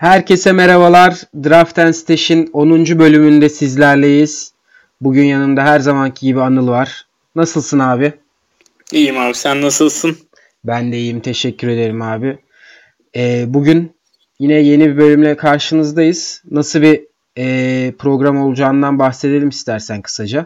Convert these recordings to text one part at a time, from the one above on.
Herkese merhabalar. Draft and Stash'in 10. bölümünde sizlerleyiz. Bugün yanımda her zamanki gibi Anıl var. Nasılsın abi? İyiyim abi, sen nasılsın? Ben de iyiyim. Teşekkür ederim abi. Bugün yine yeni bir bölümle karşınızdayız. Nasıl bir program olacağından bahsedelim istersen kısaca.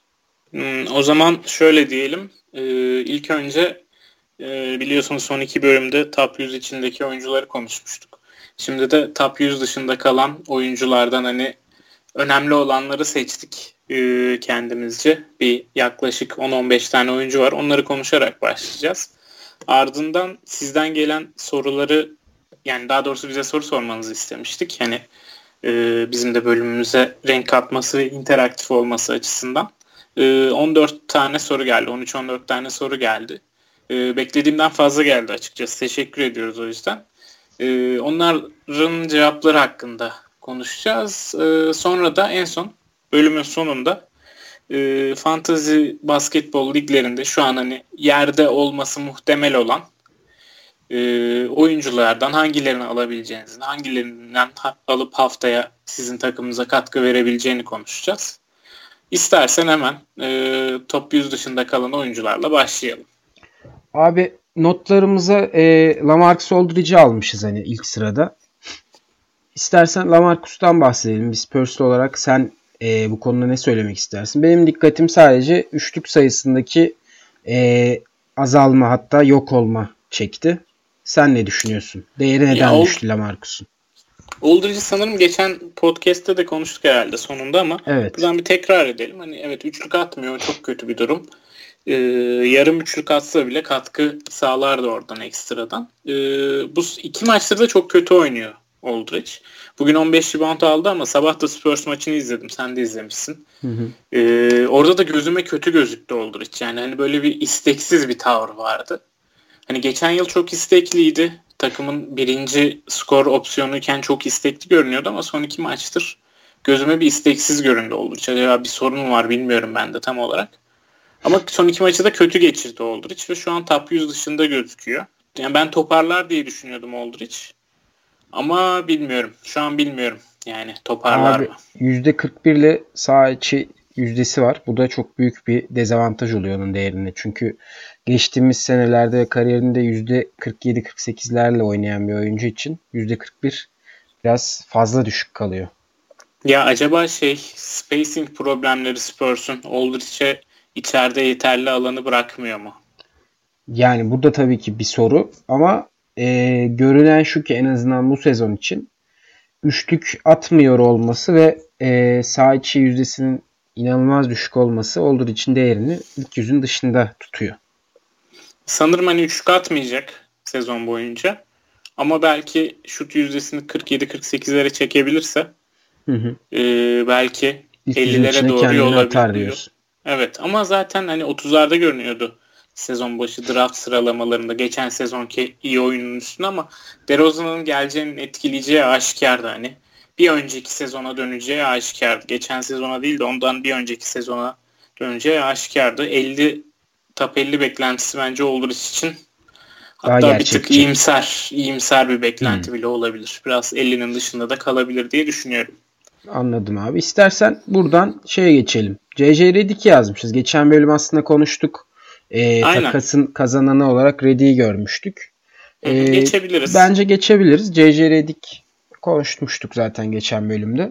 O zaman şöyle diyelim. İlk önce biliyorsunuz son 2 bölümde Top 100 içindeki oyuncuları konuşmuştuk. Şimdi de Top 100 dışında kalan oyunculardan önemli olanları seçtik kendimizce. Bir yaklaşık 10-15 tane oyuncu var. Onları konuşarak başlayacağız. Ardından sizden gelen soruları, yani daha doğrusu bize soru sormanızı istemiştik. Bizim de bölümümüze renk katması ve interaktif olması açısından. 14 tane soru geldi. 13-14 tane soru geldi. Beklediğimden fazla geldi açıkçası. Teşekkür ediyoruz o yüzden. Onların cevapları hakkında konuşacağız. Sonra da en son bölümün sonunda fantasy basketbol liglerinde şu an yerde olması muhtemel olan oyunculardan hangilerini alabileceğinizi, hangilerinden alıp haftaya sizin takımınıza katkı verebileceğini konuşacağız. İstersen hemen top 100 dışında kalan oyuncularla başlayalım. Abi notlarımıza LaMarcus Aldridge'i almışız ilk sırada. İstersen LaMarcus'tan bahsedelim. Biz Spurs'lu olarak sen bu konuda ne söylemek istersin? Benim dikkatim sadece üçlük sayısındaki azalma, hatta yok olma çekti. Sen ne düşünüyorsun? Değeri neden düştü LaMarcus'un? Aldridge'i sanırım geçen podcast'te de konuştuk herhalde sonunda ama evet. Buradan bir tekrar edelim. Evet, üçlük atmıyor. Çok kötü bir durum. Yarım üçlük atsa bile katkı sağlardı oradan ekstradan. Bu iki maçta da çok kötü oynuyor Aldridge. Bugün 15 rebound aldı ama sabah da Spurs maçını izledim. Sen de izlemişsin. Orada da gözüme kötü gözüktü Aldridge. Yani böyle bir isteksiz bir tavır vardı. Geçen yıl çok istekliydi. Takımın birinci skor opsiyonuyken çok istekli görünüyordu ama son 2 maçtır gözüme bir isteksiz göründü Aldridge. Acaba bir sorun mu var bilmiyorum ben de tam olarak. Ama son 2 maçı da kötü geçirdi Aldridge ve şu an top 100 dışında gözüküyor. Yani ben toparlar diye düşünüyordum Aldridge. Ama bilmiyorum. Şu an bilmiyorum. Yani toparlar mı? %41 ile sağ içi yüzdesi var. Bu da çok büyük bir dezavantaj oluyor onun değerinde. Çünkü geçtiğimiz senelerde ve kariyerinde %47-48'lerle oynayan bir oyuncu için %41 biraz fazla düşük kalıyor. Ya acaba spacing problemleri Spurs'un Aldridge'e içeride yeterli alanı bırakmıyor mu? Yani bu da tabii ki bir soru ama görünen şu ki en azından bu sezon için üçlük atmıyor olması ve sağ içi yüzdesinin inanılmaz düşük olması Aldridge için değerini ilk yüzün dışında tutuyor. Sanırım üçlük atmayacak sezon boyunca. Ama belki şut yüzdesini 47-48'lere çekebilirse belki İlk 50'lere doğru yol alabiliyor. Evet ama zaten 30'larda görünüyordu sezon başı draft sıralamalarında geçen sezonki iyi oyunun üstüne ama DeRozan'ın geleceğinin etkileyeceği aşikardı Bir önceki sezona döneceği aşikardı. Geçen sezona değil de ondan bir önceki sezona döneceği aşikardı. Top 50 beklentisi bence Aldridge için hatta bir tık iyimser bir beklenti bile olabilir. Biraz 50'nin dışında da kalabilir diye düşünüyorum. Anladım abi. İstersen buradan geçelim. J.J. Redick'i yazmışız. Geçen bölüm aslında konuştuk. Takasın kazananı olarak Redick'i görmüştük. Geçebiliriz. Bence geçebiliriz. J.J. Redick konuşmuştuk zaten geçen bölümde.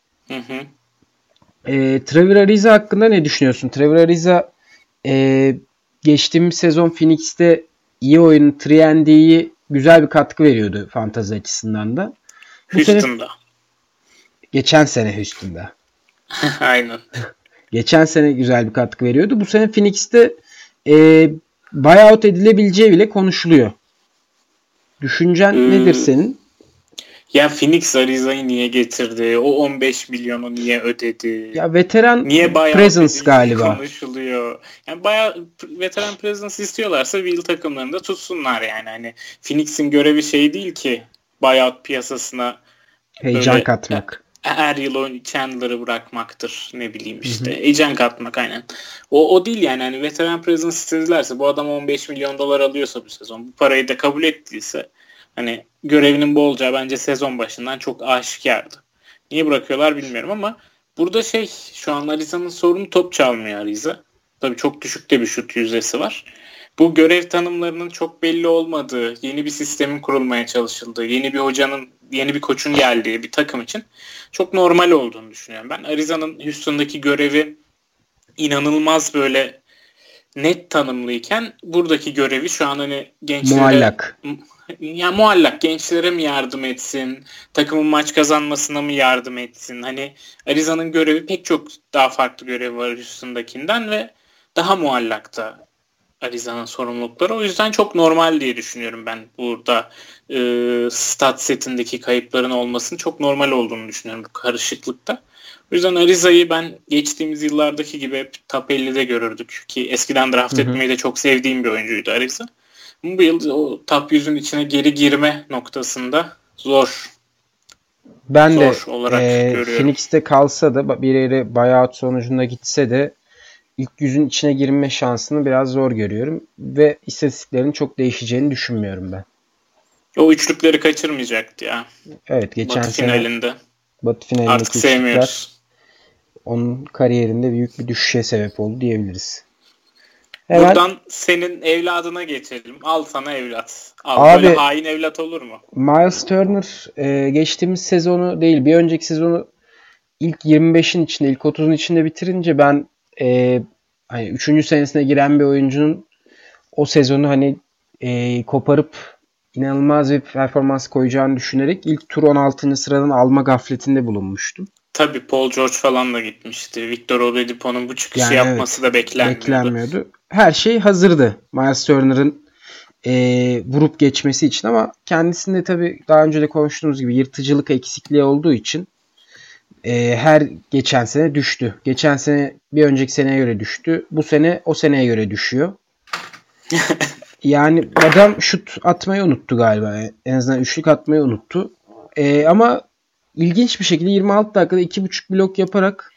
Trevor Ariza hakkında ne düşünüyorsun? Trevor Ariza geçtiğimiz sezon Phoenix'te iyi oyun 3&D'yi güzel bir katkı veriyordu fantazi açısından da. Houston'da. Geçen sene Houston'da. Aynen. Geçen sene güzel bir katkı veriyordu. Bu sene Phoenix'te buyout edilebileceği bile konuşuluyor. Düşüncen nedir senin? Ya Phoenix Ariza'yı niye getirdi? O 15 milyonu niye ödedi? Ya veteran niye presence galiba konuşuluyor. Yani bayağı veteran presence istiyorlarsa Will takımlarında tutsunlar yani. Phoenix'in görevi değil ki buyout piyasasına heyecan katmak. Her yıl Chandler'ı bırakmaktır. Ne bileyim heyecan katmak aynen. O değil yani. Veteran presence istedilerse bu adam 15 milyon dolar alıyorsa bu sezon bu parayı da kabul ettiyse Hani görevinin bu olacağı bence sezon başından çok aşikardı. Niye bırakıyorlar bilmiyorum ama burada şu an Ariza'nın sorunu top çalmıyor Ariza. Tabii çok düşük de bir şut yüzdesi var. Bu görev tanımlarının çok belli olmadığı, yeni bir sistemin kurulmaya çalışıldığı, yeni bir hocanın, yeni bir koçun geldiği bir takım için çok normal olduğunu düşünüyorum. Ben Ariza'nın Houston'daki görevi inanılmaz böyle net tanımlıyken buradaki görevi şu an hani gençlere Muallak. Ya muallak, gençlere mi yardım etsin, takımın maç kazanmasına mı yardım etsin? Hani Ariza'nın görevi pek çok daha farklı görevi var Houston'dakinden ve daha muallakta Ariza'nın sorumlulukları. O yüzden çok normal diye düşünüyorum ben burada stat setindeki kayıpların olmasının çok normal olduğunu düşünüyorum bu karışıklıkta. O yüzden Ariza'yı ben geçtiğimiz yıllardaki gibi hep top 50'de görürdük ki eskiden draft etmeyi de çok sevdiğim bir oyuncuydu Ariza. Bu yıl o top 100'ün içine geri girme noktasında zor. Ben zor de olarak görüyorum. Phoenix'te kalsa da bir yere buyout sonucunda gitse de ilk 100'ün içine girme şansını biraz zor görüyorum. Ve istatistiklerin çok değişeceğini düşünmüyorum ben. O üçlükleri kaçırmayacaktı ya. Evet, geçen Batı sene finalinde. Batı finalindeki Artık sevmiyoruz. onun kariyerinde büyük bir düşüşe sebep oldu diyebiliriz. Hemen, buradan senin evladına geçelim. Al sana evlat. Abi, böyle hain evlat olur mu? Miles Turner geçtiğimiz sezonu değil bir önceki sezonu ilk 25'in içinde, ilk 30'un içinde bitirince ben hani 3. senesine giren bir oyuncunun o sezonu hani koparıp inanılmaz bir performans koyacağını düşünerek ilk tur 16. sıradan alma gafletinde bulunmuştum. Tabii Paul George falan da gitmişti. Victor Oladipo'nun bu çıkışı yapması da beklenmiyordu. Her şey hazırdı Miles Turner'ın vurup geçmesi için ama kendisinde tabii daha önce de konuştuğumuz gibi yırtıcılık eksikliği olduğu için her geçen sene düştü. Geçen sene bir önceki seneye göre düştü. Bu sene o seneye göre düşüyor. Yani adam şut atmayı unuttu galiba. En azından üçlük atmayı unuttu. Ama ilginç bir şekilde 26 dakikada 2.5 blok yaparak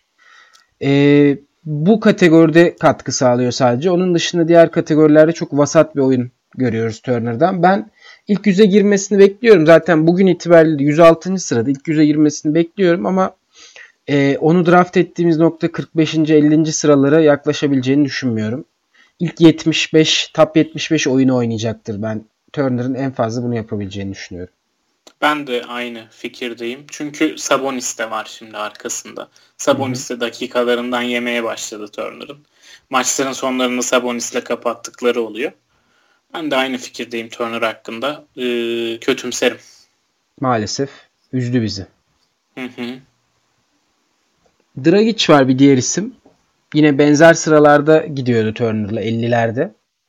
bu kategoride katkı sağlıyor sadece. Onun dışında diğer kategorilerde çok vasat bir oyun görüyoruz Turner'dan. Ben ilk 100'e girmesini bekliyorum. Zaten bugün itibariyle 106. sırada ilk 100'e girmesini bekliyorum ama onu draft ettiğimiz nokta 45. 50. sıralara yaklaşabileceğini düşünmüyorum. İlk 75, top 75 oyunu oynayacaktır. Ben Turner'ın en fazla bunu yapabileceğini düşünüyorum. Ben de aynı fikirdeyim. Çünkü Sabonis de var şimdi arkasında. Sabonis de dakikalarından yemeye başladı Turner'ın. Maçların sonlarını Sabonis'le kapattıkları oluyor. Ben de aynı fikirdeyim Turner hakkında. Kötümserim. Maalesef. Üzdü bizi. Hı. Dragic var bir diğer isim. Yine benzer sıralarda gidiyordu Turner'la 50'lerde.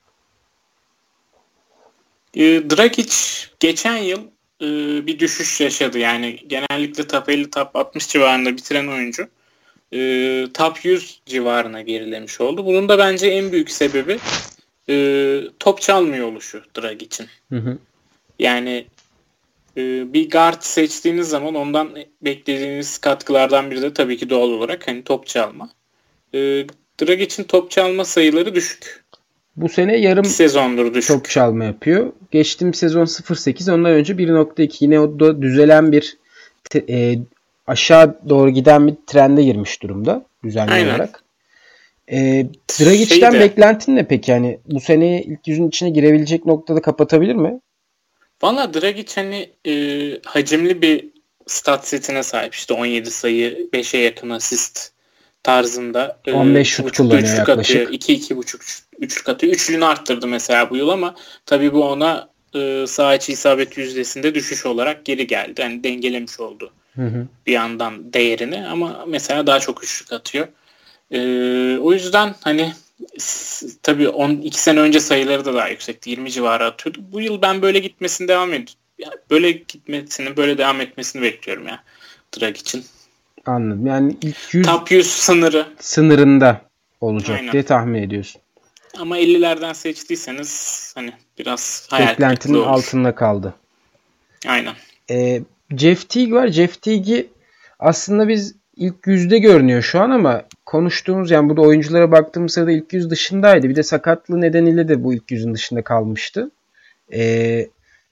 Dragic geçen yıl bir düşüş yaşadı. Yani genellikle top 50, top 60 civarında bitiren oyuncu top 100 civarına gerilemiş oldu. Bunun da bence en büyük sebebi top çalmıyor oluşu Dragic'in. Yani bir guard seçtiğiniz zaman ondan beklediğiniz katkılardan biri de tabii ki doğal olarak hani top çalma. Dragic'in top çalma sayıları düşük. Bu sene yarım sezondur düşük. Top çalma yapıyor. Geçtiğim sezon 0.8, ondan önce 1.2. Yine o da düzelen bir aşağı doğru giden bir trende girmiş durumda düzenli olarak. Dragic'ten beklentin ne peki? Yani bu seneyi ilk yüzün içine girebilecek noktada kapatabilir mi? Valla Dragic hani hacimli bir stat setine sahip. İşte 17 sayı, 5'e yakın asist tarzında. 15 şut kullanıyor yaklaşık. 2-2,5 üçlük atıyor. Üçlüğünü arttırdı mesela bu yıl ama tabii bu ona saha içi isabet yüzdesinde düşüş olarak geri geldi. Yani dengelemiş oldu bir yandan değerini ama mesela daha çok üçlük atıyor. O yüzden hani tabii 12 sene önce sayıları da daha yüksekti. 20 civarı atıyordu. Bu yıl ben böyle gitmesini devam ediyorum. Yani böyle gitmesini, böyle devam etmesini bekliyorum ya Dragic'in. Anladım. Yani ilk 100 top 100 sınırında olacak diye tahmin ediyorsun. Ama 50'lerden seçtiyseniz hani biraz hayal beklentinin altında kaldı. Aynen. Jeff Teague var. Jeff Teague'i aslında biz ilk 100'de görünüyor şu an ama konuştuğumuz yani burada oyunculara baktığımız sırada ilk 100 dışındaydı. Bir de sakatlığı nedeniyle de bu ilk 100'ün dışında kalmıştı.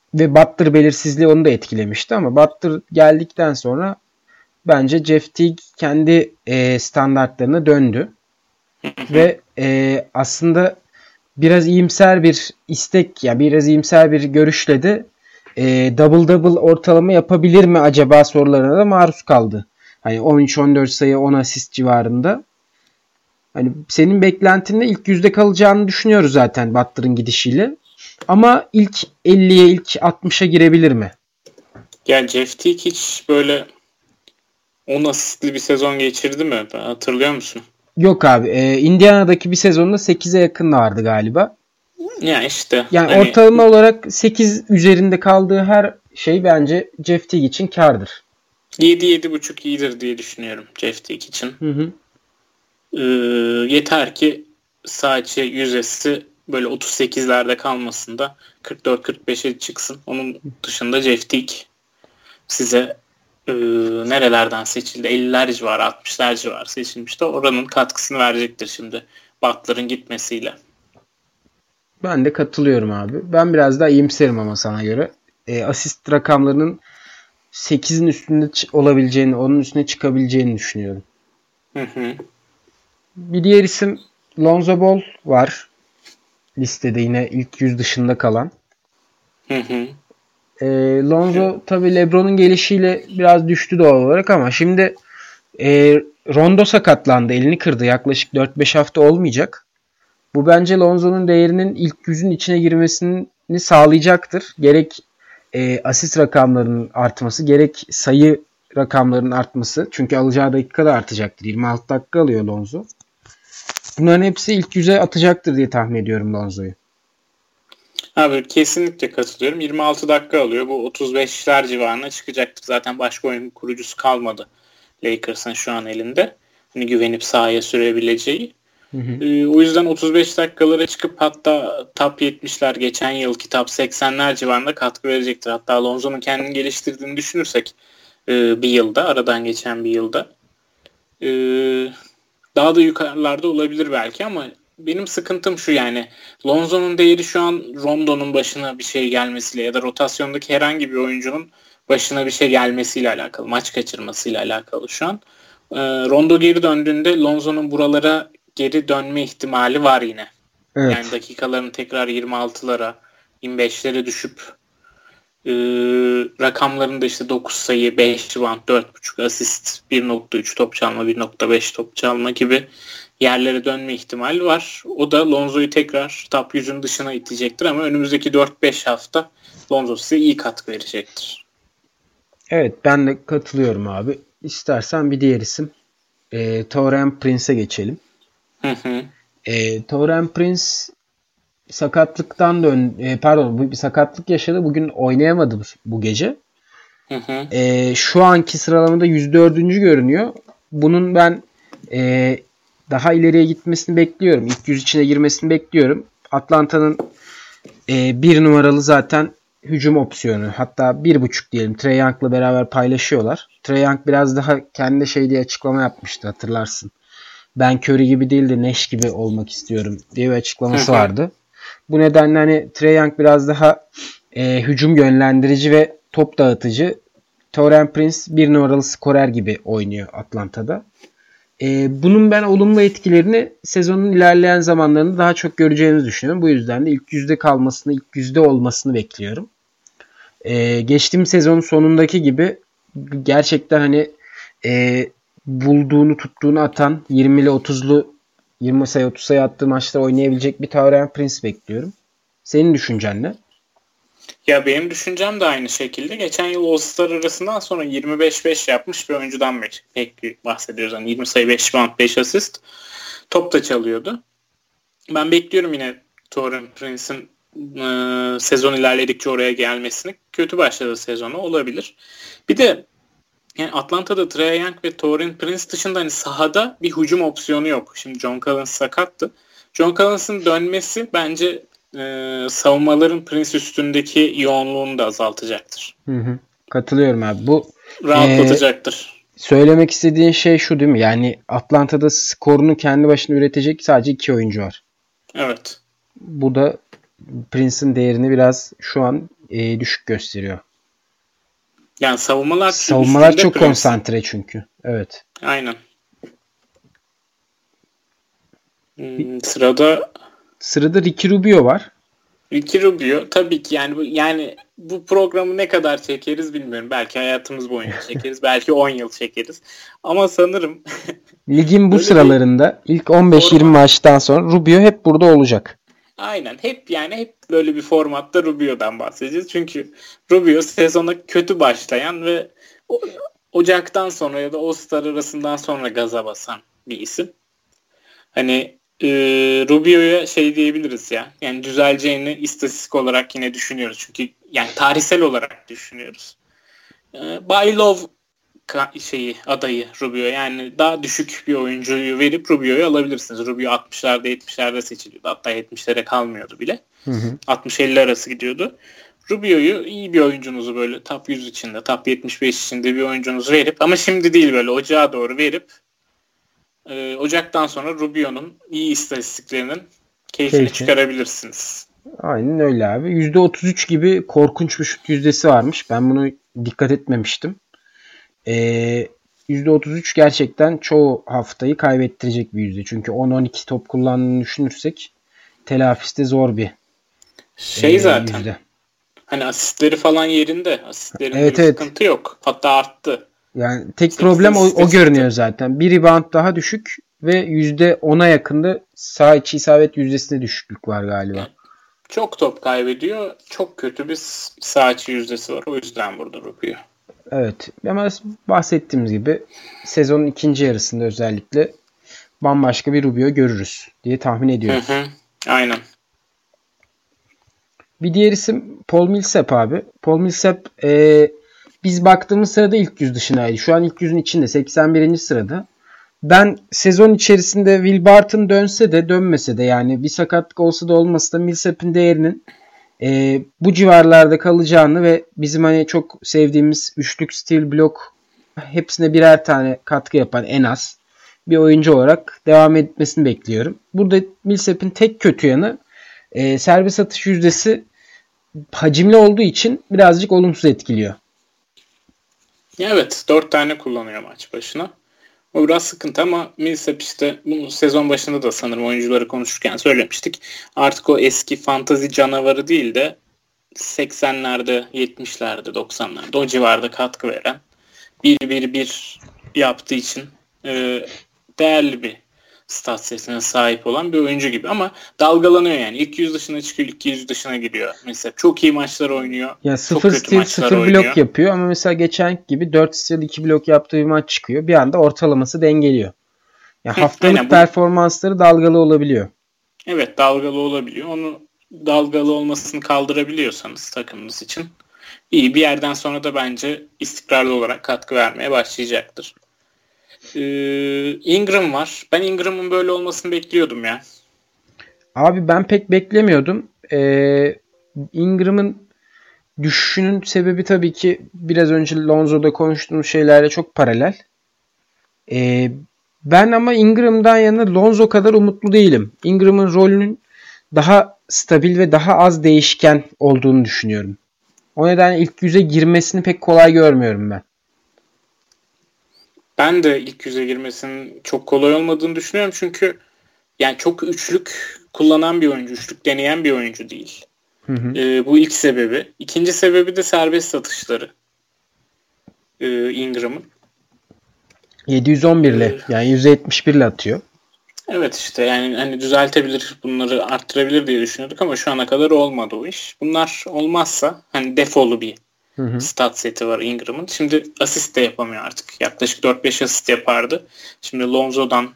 ve Butler belirsizliği onu da etkilemişti ama Butler geldikten sonra bence Jeff Teague kendi standartlarına döndü. Ve aslında biraz iyimser bir istek, yani biraz iyimser bir görüşle de double double ortalama yapabilir mi acaba sorularına da maruz kaldı. Hani 13-14 sayı 10 asist civarında. Hani senin beklentinle ilk yüzde kalacağını düşünüyoruz zaten Butler'ın gidişiyle. Ama ilk 50'ye, ilk 60'a girebilir mi? Ya Jeff Teague hiç böyle 10 asistli bir sezon geçirdi mi? Hatırlıyor musun? Yok abi. Indiana'daki bir sezonda 8'e yakın vardı galiba. Ya işte. Yani hani, ortalama olarak 8 üzerinde kaldığı her şey bence Jeff Teague için kârdır. 7-7,5 iyidir diye düşünüyorum Jeff Teague için. Hı hı. Yeter ki sadece yüzdesi böyle 38'lerde kalmasın da 44-45'e çıksın. Onun dışında Jeff Teague size nerelerden seçildi? 50'ler civarı, 60'lar civarı seçilmişti. Oranın katkısını verecektir şimdi Butler'ın gitmesiyle. Ben de katılıyorum abi. Ben biraz daha iyimserim ama sana göre. Asist rakamlarının 8'in üstünde olabileceğini, onun üstüne çıkabileceğini düşünüyorum. Hı hı. Bir diğer isim Lonzo Ball var. Listede yine ilk 100 dışında kalan. Hı hı. Lonzo tabii LeBron'un gelişiyle biraz düştü doğal olarak ama şimdi Rondo sakatlandı. Elini kırdı. Yaklaşık 4-5 hafta olmayacak. Bu bence Lonzo'nun değerinin ilk yüzün içine girmesini sağlayacaktır. Gerek asist rakamlarının artması, gerek sayı rakamlarının artması. Çünkü alacağı dakika da artacaktır. 26 dakika alıyor Lonzo. Bunların hepsi ilk yüze atacaktır diye tahmin ediyorum Lonzo'yu. Abi kesinlikle katılıyorum. 26 dakika alıyor. Bu 35'ler civarına çıkacaktır. Zaten başka oyun kurucusu kalmadı Lakers'ın şu an elinde. Hani güvenip sahaya sürebileceği. Hı hı. O yüzden 35 dakikalara çıkıp hatta top 70'ler geçen yılki top 80'ler civarında katkı verecektir. Hatta Lonzo'nun kendini geliştirdiğini düşünürsek bir yılda, aradan geçen bir yılda daha da yukarılarda olabilir belki ama benim sıkıntım şu, yani Lonzo'nun değeri şu an Rondo'nun başına bir şey gelmesiyle ya da rotasyondaki herhangi bir oyuncunun başına bir şey gelmesiyle alakalı, maç kaçırmasıyla alakalı şu an. Rondo geri döndüğünde Lonzo'nun buralara geri dönme ihtimali var yine. Evet. Yani dakikaların tekrar 26'lara, 25'lere düşüp rakamlarında işte 9 sayı, 5 rebound, 4.5 asist, 1.3 top çalma, 1.5 top çalma gibi yerlere dönme ihtimali var. O da Lonzo'yu tekrar top 100'ün dışına itecektir ama önümüzdeki 4-5 hafta Lonzo size iyi katkı verecektir. Evet, ben de katılıyorum abi. İstersen bir diğer isim Taurean Prince'e geçelim. Hı hı. Taurean Prince sakatlıktan bir sakatlık yaşadı. Bugün oynayamadı bu gece. Hı hı. Şu anki sıralamada 104. görünüyor. Bunun ben daha ileriye gitmesini bekliyorum. İlk 100 içine girmesini bekliyorum. Atlanta'nın bir numaralı zaten hücum opsiyonu. Hatta 1.5 diyelim. Trae Young'la beraber paylaşıyorlar. Trae Young biraz daha kendi diye açıklama yapmıştı, hatırlarsın. Ben Curry gibi değil de Nash gibi olmak istiyorum diye bir açıklaması vardı. Bu nedenle hani Trae Young biraz daha hücum yönlendirici ve top dağıtıcı. Taurean Prince bir numaralı skorer gibi oynuyor Atlanta'da. Bunun ben olumlu etkilerini sezonun ilerleyen zamanlarında daha çok göreceğimizi düşünüyorum. Bu yüzden de ilk yüzde kalmasını, ilk yüzde olmasını bekliyorum. Geçtiğimiz sezonun sonundaki gibi gerçekten hani bulduğunu tuttuğunu atan 20'li 30'lu 20 sayı 30 sayı attığı maçta oynayabilecek bir Taurean Prince bekliyorum. Senin düşüncen ne? Ya benim düşüncem de aynı şekilde. Geçen yıl All-Star arasından sonra 25-5 yapmış bir oyuncudan bahsediyoruz. Yani 20 sayı 5 rebound 5 asist. Top da çalıyordu. Ben bekliyorum yine Taurean Prince'in sezon ilerledikçe oraya gelmesini. Kötü başladı sezonu, olabilir. Bir de yani Atlanta'da Trae Young ve Taurean Prince dışında hani sahada bir hücum opsiyonu yok. Şimdi John Collins sakattı. John Collins'ın dönmesi bence savunmaların Prince üstündeki yoğunluğunu da azaltacaktır. Hı. Katılıyorum abi. Bu rahatlatacaktır. Söylemek istediğin şey şu değil mi? Yani Atlanta'da skorunu kendi başına üretecek sadece 2 oyuncu var. Evet. Bu da Prince'in değerini biraz şu an düşük gösteriyor. Yani savunmalar çok konsantre çünkü. Evet. Aynen. Sırada Ricky Rubio var. Ricky Rubio tabii ki yani bu programı ne kadar çekeriz bilmiyorum. Belki hayatımız boyunca çekeriz. Belki 10 yıl çekeriz. Ama sanırım ligin bu sıralarında ilk 15-20 maçtan sonra Rubio hep burada olacak. Aynen. Hep böyle bir formatta Rubio'dan bahsedeceğiz. Çünkü Rubio sezona kötü başlayan ve Ocak'tan sonra ya da All-Star arasından sonra gaza basan bir isim. Hani Rubio'ya şey diyebiliriz ya. Yani düzeleceğini istatistik olarak yine düşünüyoruz. Çünkü yani tarihsel olarak düşünüyoruz. Buy Love adayı Rubio. Yani daha düşük bir oyuncuyu verip Rubio'yu alabilirsiniz. Rubio 60'larda 70'lerde seçiliyordu. Hatta 70'lere kalmıyordu bile. 60-50 arası gidiyordu. Rubio'yu iyi bir oyuncunuzu böyle top 100 içinde, top 75 içinde bir oyuncunuzu verip ama şimdi değil böyle ocağa doğru verip Ocak'tan sonra Rubio'nun iyi istatistiklerinin keyfini çıkarabilirsiniz. Aynen öyle abi. %33 gibi korkunç bir şut yüzdesi varmış. Ben bunu dikkat etmemiştim. %33 gerçekten çoğu haftayı kaybettirecek bir yüzde. Çünkü 10-12 top kullandığını düşünürsek telafisi de zor bir zaten. Yüzde. Hani asistleri falan yerinde. Asistlerinde sıkıntı yok. Hatta arttı. Yani tek problem o görünüyor zaten. Bir rebound daha düşük ve %10'a yakında sağ içi isabet yüzdesinde düşüklük var galiba. Yani çok top kaybediyor. Çok kötü bir sağ içi yüzdesi var. O yüzden burada Rubio. Evet. Ama bahsettiğimiz gibi sezonun ikinci yarısında özellikle bambaşka bir Rubio görürüz diye tahmin ediyorum. Aynen. Bir diğer isim Paul Millsap abi. Paul Millsap biz baktığımız sırada ilk yüz dışındaydı. Şu an ilk yüzün içinde 81. sırada. Ben sezon içerisinde Will Barton dönse de dönmese de yani bir sakatlık olsa da olmasa da Millsap'in değerinin bu civarlarda kalacağını ve bizim hani çok sevdiğimiz üçlük, steal, blok hepsine birer tane katkı yapan en az bir oyuncu olarak devam etmesini bekliyorum. Burada Millsap'in tek kötü yanı serbest atış yüzdesi hacimli olduğu için birazcık olumsuz etkiliyor. Evet, 4 tane kullanıyor maç başına. O biraz sıkıntı ama Millsap işte bunu sezon başında da sanırım oyuncuları konuşurken söylemiştik. Artık o eski fantazi canavarı değil de 80'lerde, 70'lerde, 90'larda o civarda katkı veren 1-1-1 yaptığı için değerli bir stat setine sahip olan bir oyuncu gibi ama dalgalanıyor yani. İlk yüz dışına çıkıyor, ilk yüz dışına giriyor. Mesela çok iyi maçlar oynuyor. Ya 0 steal, 0 blok yapıyor ama mesela geçen gibi 4 steal, 2 blok yaptığı bir maç çıkıyor. Bir anda ortalaması dengeliyor. Yani haftalık performansları dalgalı olabiliyor. Evet, dalgalı olabiliyor. Onu dalgalı olmasını kaldırabiliyorsanız takımınız için iyi bir yerden sonra da bence istikrarlı olarak katkı vermeye başlayacaktır. Ingram var. Ben Ingram'ın böyle olmasını bekliyordum ya. Abi ben pek beklemiyordum. Ingram'ın düşüşünün sebebi tabii ki biraz önce Lonzo'da konuştuğumuz şeylerle çok paralel. Ben ama Ingram'dan yana Lonzo kadar umutlu değilim. Ingram'ın rolünün daha stabil ve daha az değişken olduğunu düşünüyorum. O nedenle ilk yüze girmesini pek kolay görmüyorum ben. Ben de ilk yüze girmesinin çok kolay olmadığını düşünüyorum. Çünkü yani çok üçlük kullanan bir oyuncu, üçlük deneyen bir oyuncu değil. Bu ilk sebebi. İkinci sebebi de serbest atışları. Ingram'ın. 711 ile yani %71 ile atıyor. Evet işte yani hani düzeltebilir, bunları arttırabilir diye düşünüyorduk ama şu ana kadar olmadı o iş. Bunlar olmazsa hani defolu bir stat seti var Ingram'ın. Şimdi asist de yapamıyor artık. Yaklaşık 4-5 asist yapardı. Şimdi Londo'dan,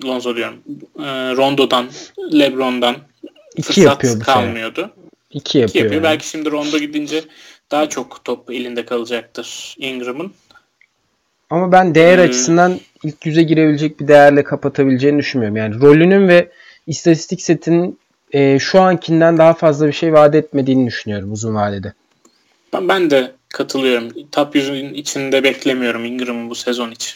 LeBron'dan fırsat kalmıyordu. 2 yapıyor. Yani. Belki şimdi Rondo gidince daha çok top elinde kalacaktır Ingram'ın. Ama ben değer açısından ilk yüze girebilecek bir değerle kapatabileceğini düşünmüyorum. Yani rolünün ve istatistik setinin şu ankinden daha fazla bir şey vaat etmediğini düşünüyorum uzun vadede. Ben de katılıyorum. Top 100'ün içinde beklemiyorum Ingram'ın bu sezon için.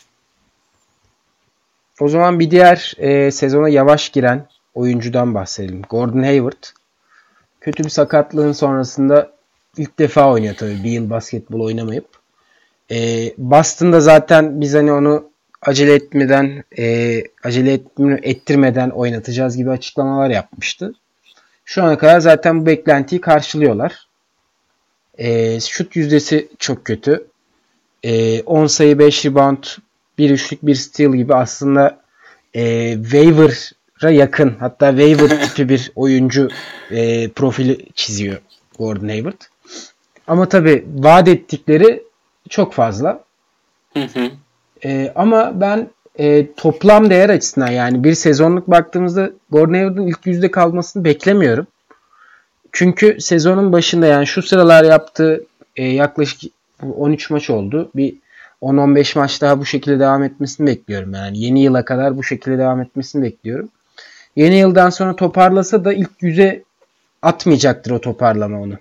O zaman bir diğer sezona yavaş giren oyuncudan bahsedelim. Gordon Hayward. Kötü bir sakatlığın sonrasında ilk defa oynuyor tabii bir yıl basketbol oynamayıp. Boston'da zaten biz hani onu ettirmeden oynatacağız gibi açıklamalar yapmıştı. Şu ana kadar zaten bu beklentiyi karşılıyorlar. Şut yüzdesi çok kötü. 10 sayı 5 rebound 1 üçlük 1 steal gibi aslında waiver'a yakın, hatta waiver tipi bir oyuncu profili çiziyor Gordon Hayward. Ama tabii vaat ettikleri çok fazla. Ama ben toplam değer açısından, yani bir sezonluk baktığımızda Gordon Hayward'ın ilk yüzde kalmasını beklemiyorum. Çünkü sezonun başında, yani şu sıralar yaptığı yaklaşık 13 maç oldu. Bir 10-15 maç daha bu şekilde devam etmesini bekliyorum. Yani yeni yıla kadar bu şekilde devam etmesini bekliyorum. Yeni yıldan sonra toparlasa da ilk yüze atmayacaktır o toparlama onu.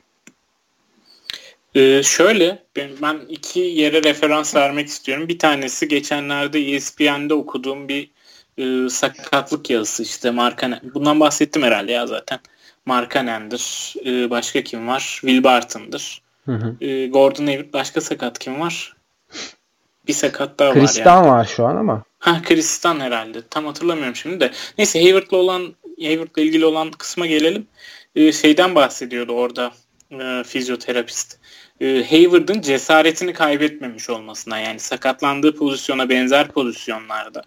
Şöyle ben iki yere referans vermek istiyorum. Bir tanesi geçenlerde ESPN'de okuduğum bir sakatlık yazısı, işte Markkanen. Bundan bahsettim herhalde ya zaten. Markkanen'dir. Başka kim var? Will Barton'dır. Gordon Hayward. Başka sakat kim var? Bir sakat daha var yani. Kristan var şu an ama. Kristan herhalde. Tam hatırlamıyorum şimdi de. Neyse, Hayward'la ilgili olan kısma gelelim. Şeyden bahsediyordu orada fizyoterapist. Hayward'ın cesaretini kaybetmemiş olmasına, yani sakatlandığı pozisyona benzer pozisyonlarda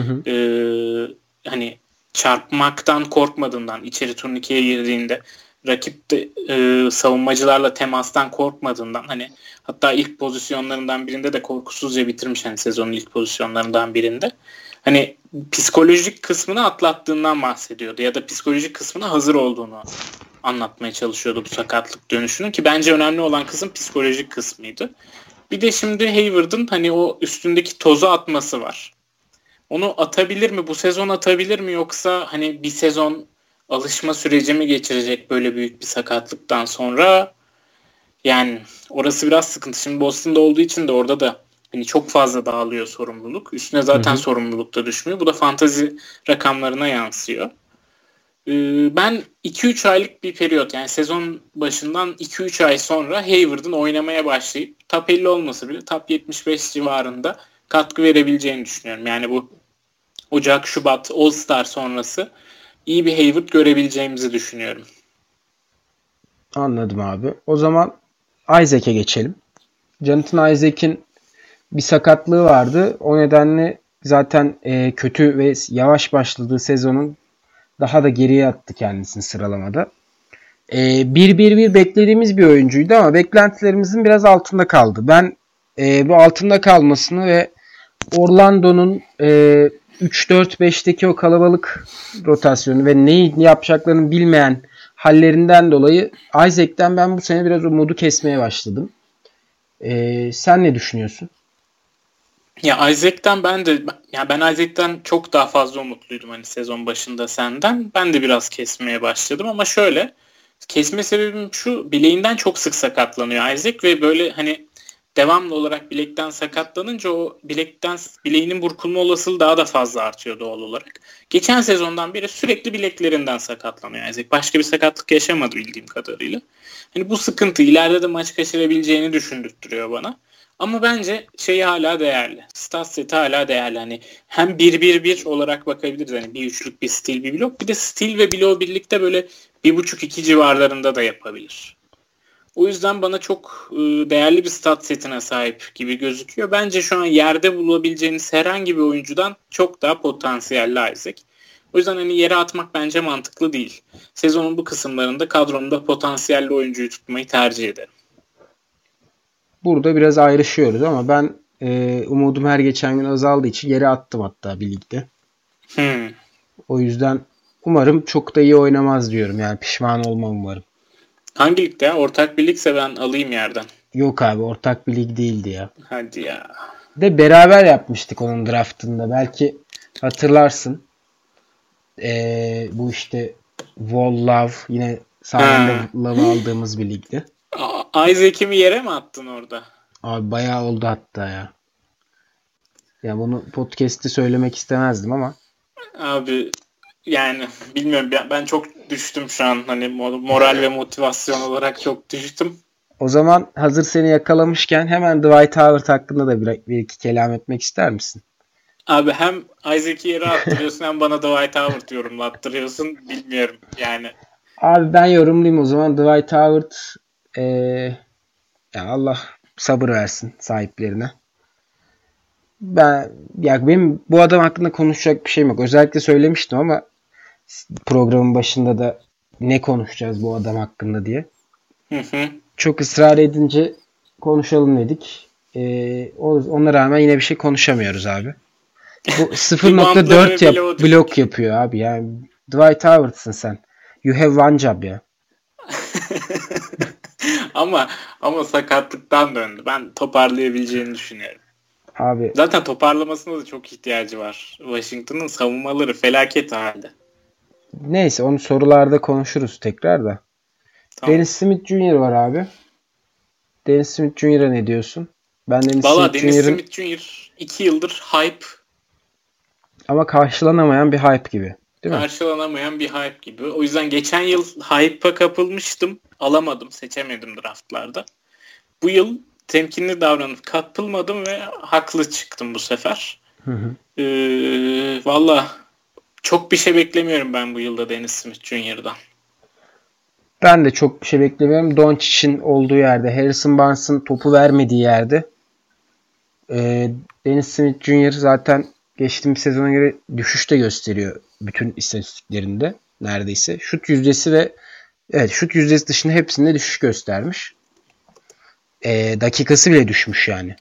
hani çarpmaktan korkmadığından, içeri turnikeye girdiğinde rakip de savunmacılarla temastan korkmadığından, hani hatta ilk pozisyonlarından birinde de korkusuzca bitirmiş, hani sezonun ilk pozisyonlarından birinde. Hani psikolojik kısmını atlattığından bahsediyordu ya da psikolojik kısmına hazır olduğunu anlatmaya çalışıyordu bu sakatlık dönüşünün, ki bence önemli olan kısım psikolojik kısmıydı. Bir de şimdi Hayward'ın hani o üstündeki tozu atması var. Onu atabilir mi? Bu sezon atabilir mi? Yoksa hani bir sezon alışma süreci mi geçirecek böyle büyük bir sakatlıktan sonra? Yani orası biraz sıkıntı. Şimdi Boston'da olduğu için de orada da hani çok fazla dağılıyor sorumluluk. Üstüne zaten sorumluluk da düşmüyor. Bu da fantazi rakamlarına yansıyor. Ben 2-3 aylık bir periyot, yani sezon başından 2-3 ay sonra Hayward'ın oynamaya başlayıp top 50 olmasa bile top 75 civarında katkı verebileceğini düşünüyorum. Yani bu Ocak, Şubat, All-Star sonrası iyi bir Hayward görebileceğimizi düşünüyorum. Anladım abi. O zaman Isaac'e geçelim. Jonathan Isaac'in bir sakatlığı vardı. O nedenle zaten kötü ve yavaş başladığı sezonun daha da geriye attı kendisini sıralamada. 1-1-1 beklediğimiz bir oyuncuydu ama beklentilerimizin biraz altında kaldı. Ben bu altında kalmasını ve Orlando'nun 3-4-5'teki o kalabalık rotasyonu ve neyi yapacaklarını bilmeyen hallerinden dolayı Isaac'ten ben bu sene biraz umudu kesmeye başladım. Sen ne düşünüyorsun? Ya Isaac'ten ben Isaac'ten çok daha fazla umutluydum hani sezon başında senden. Ben de biraz kesmeye başladım ama şöyle, kesme sebebim şu: bileğinden çok sık sakatlanıyor Isaac ve böyle hani devamlı olarak bilekten sakatlanınca o bileğinin burkulma olasılığı daha da fazla artıyor doğal olarak. Geçen sezondan beri sürekli bileklerinden sakatlanıyor Isaac. Başka bir sakatlık yaşamadı bildiğim kadarıyla. Hani bu sıkıntı ileride de maç kaçırabileceğini düşündürtüyor bana. Ama bence hala değerli. Stat seti hala değerli. Hani hem 1-1-1 olarak bakabiliriz. Hani bir üçlük, bir steal, bir blok. Bir de steal ve blok birlikte böyle 1.5-2 civarlarında da yapabilir. O yüzden bana çok değerli bir stat setine sahip gibi gözüküyor. Bence şu an yerde bulabileceğiniz herhangi bir oyuncudan çok daha potansiyelli Isaac. O yüzden hani yere atmak bence mantıklı değil. Sezonun bu kısımlarında kadromda potansiyelli oyuncuyu tutmayı tercih ederim. Burada biraz ayrışıyoruz ama ben umudum her geçen gün azaldığı için yere attım hatta bir ligde. O yüzden umarım çok da iyi oynamaz diyorum. Yani pişman olmam umarım. Hangi ligde ya? Ortak bir ligse ben alayım yerden. Yok abi, ortak bir lig değildi ya. Hadi ya. De beraber yapmıştık onun draftında. Belki hatırlarsın. Bu işte Wall Love, yine sayende Love aldığımız bir ligdi. Isaac'i mi yere mi attın orada? Abi bayağı oldu hatta ya. Ya bunu podcast'te söylemek istemezdim ama. Abi yani bilmiyorum, ben çok düştüm şu an, hani moral ve motivasyon olarak çok düştüm. O zaman hazır seni yakalamışken hemen Dwight Howard hakkında da bir iki kelam etmek ister misin? Abi hem Isaac'i yere attırıyorsun hem bana Dwight Howard yorumlattırıyorsun. Bilmiyorum yani. Abi ben yorumlayayım o zaman. Dwight Howard ya Allah sabır versin sahiplerine. Benim bu adam hakkında konuşacak bir şeyim yok. Özellikle söylemiştim ama programın başında da ne konuşacağız bu adam hakkında diye. Çok ısrar edince konuşalım dedik. Ona rağmen yine bir şey konuşamıyoruz abi. Bu 0.4 blok yapıyor abi. Yani Dwight Howard'sın sen. You have one job ya. ama sakatlıktan döndü. Ben toparlayabileceğini düşünüyorum. Abi zaten toparlamasına da çok ihtiyacı var. Washington'ın savunmaları felaket halde. Neyse onu sorularda konuşuruz tekrar da. Tamam. Dennis Smith Jr. var abi. Dennis Smith Jr.'a ne diyorsun? Valla Dennis Smith Jr. 2 yıldır hype. Ama karşılanamayan bir hype gibi. Değil mi? Karşılanamayan bir hype gibi. O yüzden geçen yıl hype'a kapılmıştım. Alamadım, seçemedim draftlarda. Bu yıl temkinli davranıp kapılmadım ve haklı çıktım bu sefer. Valla çok bir şey beklemiyorum ben bu yılda Dennis Smith Jr.'dan. Ben de çok bir şey beklemiyorum. Doncic'in olduğu yerde, Harrison Barnes'ın topu vermediği yerde Dennis Smith Jr. zaten geçtiğimiz sezona göre düşüş de gösteriyor bütün istatistiklerinde neredeyse. Şut yüzdesi ve şut yüzdesi dışında hepsinde düşüş göstermiş. Dakikası bile düşmüş yani.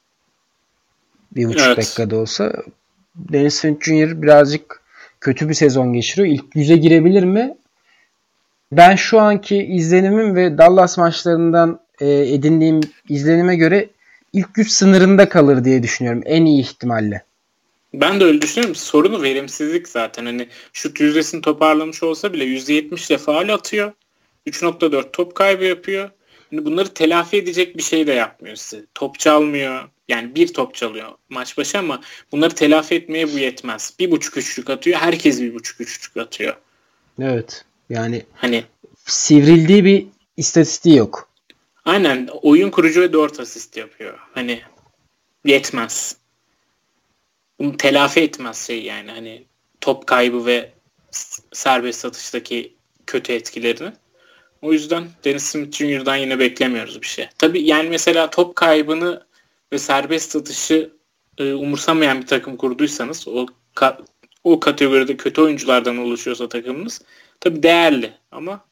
1,5 dakikada olsa. Dennis Smith Jr. birazcık kötü bir sezon geçiriyor. İlk 100'e girebilir mi? Ben şu anki izlenimim ve Dallas maçlarından edindiğim izlenime göre ilk 100 sınırında kalır diye düşünüyorum. En iyi ihtimalle. Ben de öyle düşünüyorum. Sorunu verimsizlik zaten. Hani şut yüzdesini toparlamış olsa bile %70 ile faul atıyor. 3.4 top kaybı yapıyor. Yani bunları telafi edecek bir şey de yapmıyor size. Top çalmıyor. Yani bir top çalıyor maç başı ama bunları telafi etmeye bu yetmez. 1.5 üçlük atıyor. Herkes 1.5 üçlük atıyor. Evet. Yani hani sivrildiği bir istatistiği yok. Aynen. Oyun kurucu ve 4 asist yapıyor. Hani yetmez. Bunu telafi etmez yani. Hani top kaybı ve serbest atıştaki kötü etkilerini. O yüzden Dennis Smith Jr.'dan yine beklemiyoruz bir şey. Tabii yani mesela top kaybını ve serbest atışı umursamayan bir takım kurduysanız o kategoride kötü oyunculardan oluşuyorsa takımınız tabii değerli ama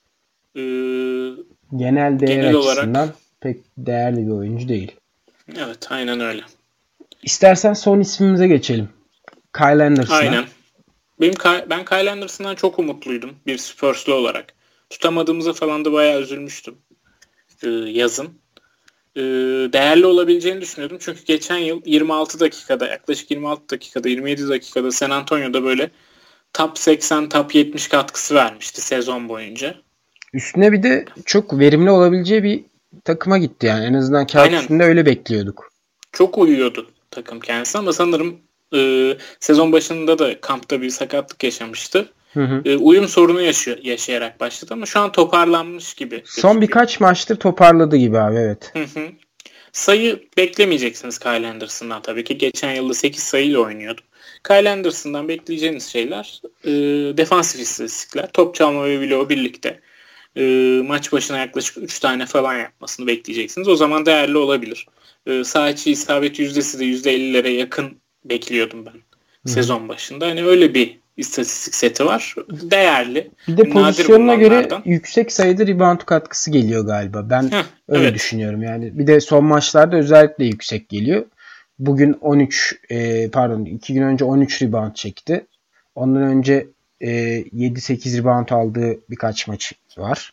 genel değer açısından olarak pek değerli bir oyuncu değil. Evet, aynen öyle. İstersen son ismimize geçelim. Kyle Anderson'a. Aynen. Ben Kyle Anderson'dan çok umutluydum bir Spurs'lu olarak. Tutamadığımıza falan da bayağı üzülmüştüm yazın. Değerli olabileceğini düşünüyordum. Çünkü geçen yıl 26 dakikada, yaklaşık 26 dakikada, 27 dakikada San Antonio'da böyle top 80, top 70 katkısı vermişti sezon boyunca. Üstüne bir de çok verimli olabileceği bir takıma gitti yani. En azından kağıt üstünde öyle bekliyorduk. Çok uyuyordu takım kendisi ama sanırım sezon başında da kampta bir sakatlık yaşamıştı. Uyum sorunu yaşayarak başladı ama şu an toparlanmış gibi. Son birkaç maçtır toparladı gibi abi, evet. Sayı beklemeyeceksiniz Kyle Anderson'dan tabii ki. Geçen yılda 8 sayıyla oynuyordu. Kyle Anderson'dan bekleyeceğiniz şeyler defansif istatistikler. Top çalma ve bloğu birlikte. Maç başına yaklaşık 3 tane falan yapmasını bekleyeceksiniz. O zaman değerli olabilir. Sağ içi isabet yüzdesi de %50'lere yakın bekliyordum ben sezon başında. Hani öyle bir istatistik seti var. Değerli. Bir de pozisyonuna göre yüksek sayıda rebound katkısı geliyor galiba. Ben öyle düşünüyorum yani. Bir de son maçlarda özellikle yüksek geliyor. Bugün 2 gün önce 13 rebound çekti. Ondan önce 7-8 rebound aldığı birkaç maç var.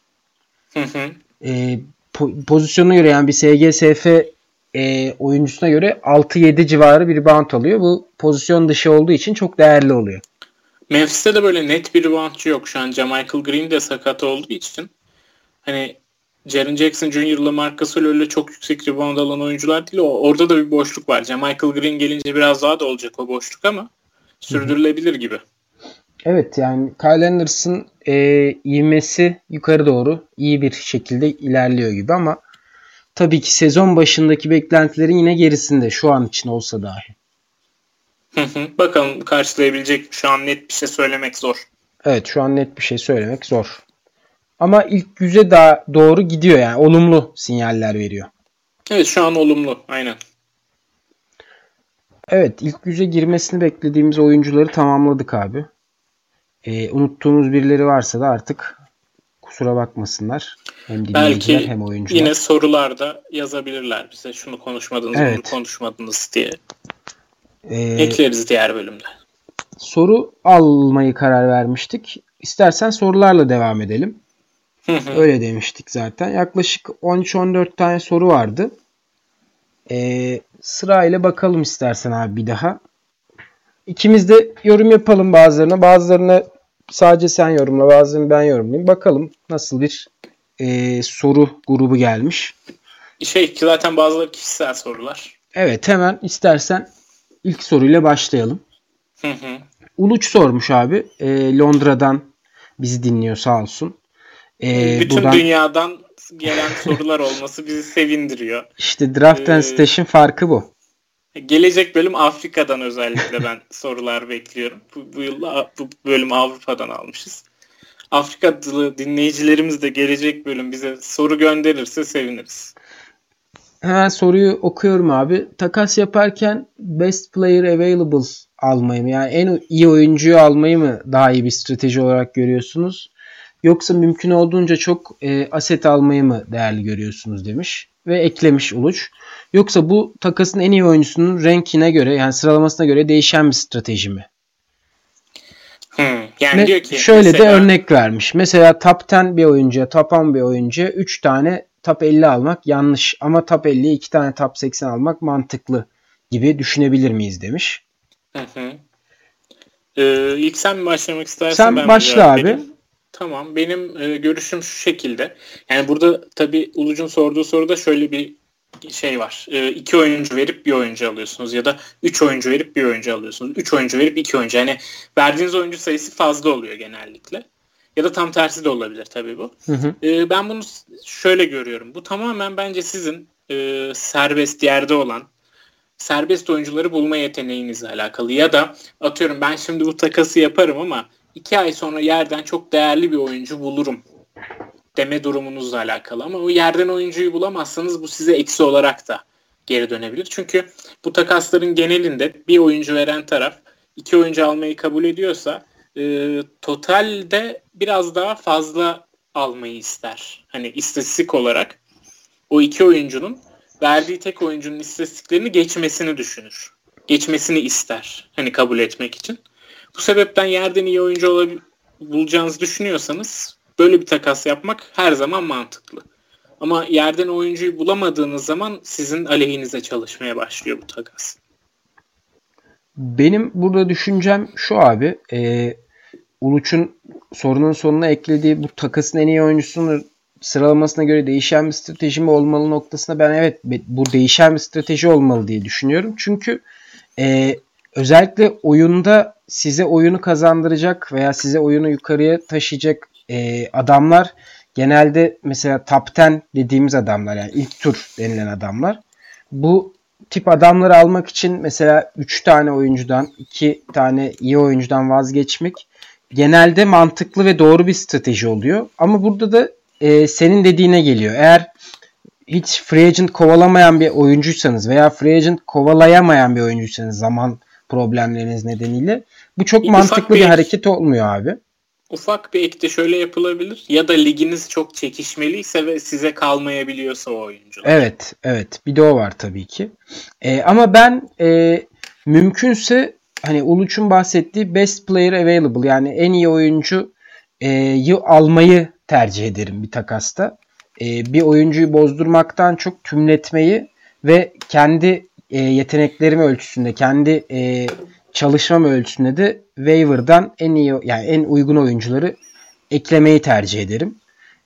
Pozisyonuna göre yani bir SGSF oyuncusuna göre 6-7 civarı bir rebound alıyor. Bu pozisyon dışı olduğu için çok değerli oluyor. Memphis'te de böyle net bir reboundçı yok. Şu an JaMychal Green de sakat olduğu için hani Jaren Jackson Jr. LaMarcus Gasol öyle çok yüksek rebound alan oyuncular değil. Orada da bir boşluk var. JaMychal Green gelince biraz daha da olacak o boşluk ama sürdürülebilir gibi. Evet, yani Kyle Anderson ivmesi yukarı doğru iyi bir şekilde ilerliyor gibi ama tabii ki sezon başındaki beklentilerin yine gerisinde şu an için olsa dahi. Bakalım karşılayabilecek mi? Şu an net bir şey söylemek zor. Evet, şu an net bir şey söylemek zor. Ama ilk yüze daha doğru gidiyor, yani olumlu sinyaller veriyor. Evet, şu an olumlu. Aynen. Evet, ilk yüze girmesini beklediğimiz oyuncuları tamamladık abi. Unuttuğumuz birileri varsa da artık kusura bakmasınlar. Hem dinleyiciler Belki hem oyuncular. yine sorularda yazabilirler bize. Şunu konuşmadınız, Evet. bunu konuşmadınız diye. Ekleriz diğer bölümde. Soru almayı karar vermiştik. İstersen sorularla devam edelim. Öyle demiştik zaten. Yaklaşık 13-14 tane soru vardı. Sırayla bakalım istersen abi bir daha. İkimiz de yorum yapalım bazılarına. Bazılarına sadece sen yorumla, bazılarını ben yorumlayayım. Bakalım nasıl bir soru grubu gelmiş. Zaten bazıları kişisel sorular. Evet, hemen istersen ilk soruyla başlayalım. Uluç sormuş abi. Londra'dan bizi dinliyor sağ olsun. Bütün dünyadan gelen sorular olması bizi sevindiriyor. İşte Draft and Stash'in farkı bu. Gelecek bölüm Afrika'dan özellikle ben sorular bekliyorum. Bu yıl bu bölüm Avrupa'dan almışız. Afrikalı dinleyicilerimiz de gelecek bölüm bize soru gönderirse seviniriz. Hemen soruyu okuyorum abi. Takas yaparken best player available almayı mı? Yani en iyi oyuncuyu almayı mı daha iyi bir strateji olarak görüyorsunuz? Yoksa mümkün olduğunca çok aset almayı mı değerli görüyorsunuz demiş. Ve eklemiş Uluç. Yoksa bu takasın en iyi oyuncusunun rankine göre, yani sıralamasına göre değişen bir strateji mi? Yani diyor ki şöyle mesela, de örnek vermiş. Mesela top 10 bir oyuncuya, top 10 bir oyuncuya 3 tane top 50 almak yanlış. Ama top 50'ye 2 tane top 80 almak mantıklı gibi düşünebilir miyiz demiş. İlk sen mi başlamak istersen sen ben başla abi. Vereyim. Tamam, benim görüşüm şu şekilde. Yani burada tabii Uluc'un sorduğu soruda şöyle bir şey var. 2 oyuncu verip bir oyuncu alıyorsunuz ya da 3 oyuncu verip bir oyuncu alıyorsunuz. 3 oyuncu verip 2 oyuncu. Yani verdiğiniz oyuncu sayısı fazla oluyor genellikle. Ya da tam tersi de olabilir tabii bu. Ben bunu şöyle görüyorum. Bu tamamen bence sizin serbest yerde olan serbest oyuncuları bulma yeteneğinizle alakalı. Ya da atıyorum ben şimdi bu takası yaparım ama 2 ay sonra yerden çok değerli bir oyuncu bulurum deme durumunuzla alakalı. Ama o yerden oyuncuyu bulamazsanız bu size eksi olarak da geri dönebilir. Çünkü bu takasların genelinde bir oyuncu veren taraf 2 oyuncu almayı kabul ediyorsa totalde biraz daha fazla almayı ister. Hani istatistik olarak o 2 oyuncunun verdiği tek oyuncunun istatistiklerini geçmesini düşünür. Geçmesini ister. Hani kabul etmek için. Bu sebepten yerden iyi oyuncu bulacağınızı düşünüyorsanız böyle bir takas yapmak her zaman mantıklı. Ama yerden oyuncuyu bulamadığınız zaman sizin aleyhinize çalışmaya başlıyor bu takas. Benim burada düşüncem şu abi. Uluç'un sorunun sonuna eklediği bu takasın en iyi oyuncusunun sıralamasına göre değişen bir strateji mi olmalı noktasında ben evet bu değişen bir strateji olmalı diye düşünüyorum. Çünkü özellikle oyunda size oyunu kazandıracak veya size oyunu yukarıya taşıyacak adamlar genelde mesela top 10 dediğimiz adamlar, yani ilk tur denilen adamlar. Bu tip adamları almak için mesela 3 tane oyuncudan 2 tane iyi oyuncudan vazgeçmek genelde mantıklı ve doğru bir strateji oluyor. Ama burada da senin dediğine geliyor. Eğer hiç free agent kovalamayan bir oyuncuysanız veya free agent kovalayamayan bir oyuncuysanız zaman problemleriniz nedeniyle bu çok mantıklı bir hareket olmuyor abi. Ufak bir ek de şöyle yapılabilir. Ya da liginiz çok çekişmeliyse ve size kalmayabiliyorsa o oyuncular. Evet. Bir de o var tabii ki. Ama ben mümkünse hani Uluç'un bahsettiği best player available, yani en iyi oyuncuyu almayı tercih ederim bir takasta. Bir oyuncuyu bozdurmaktan çok tümletmeyi ve kendi yeteneklerim ölçüsünde, kendi çalışmam ölçüsünde de waiver'dan en iyi, yani en uygun oyuncuları eklemeyi tercih ederim.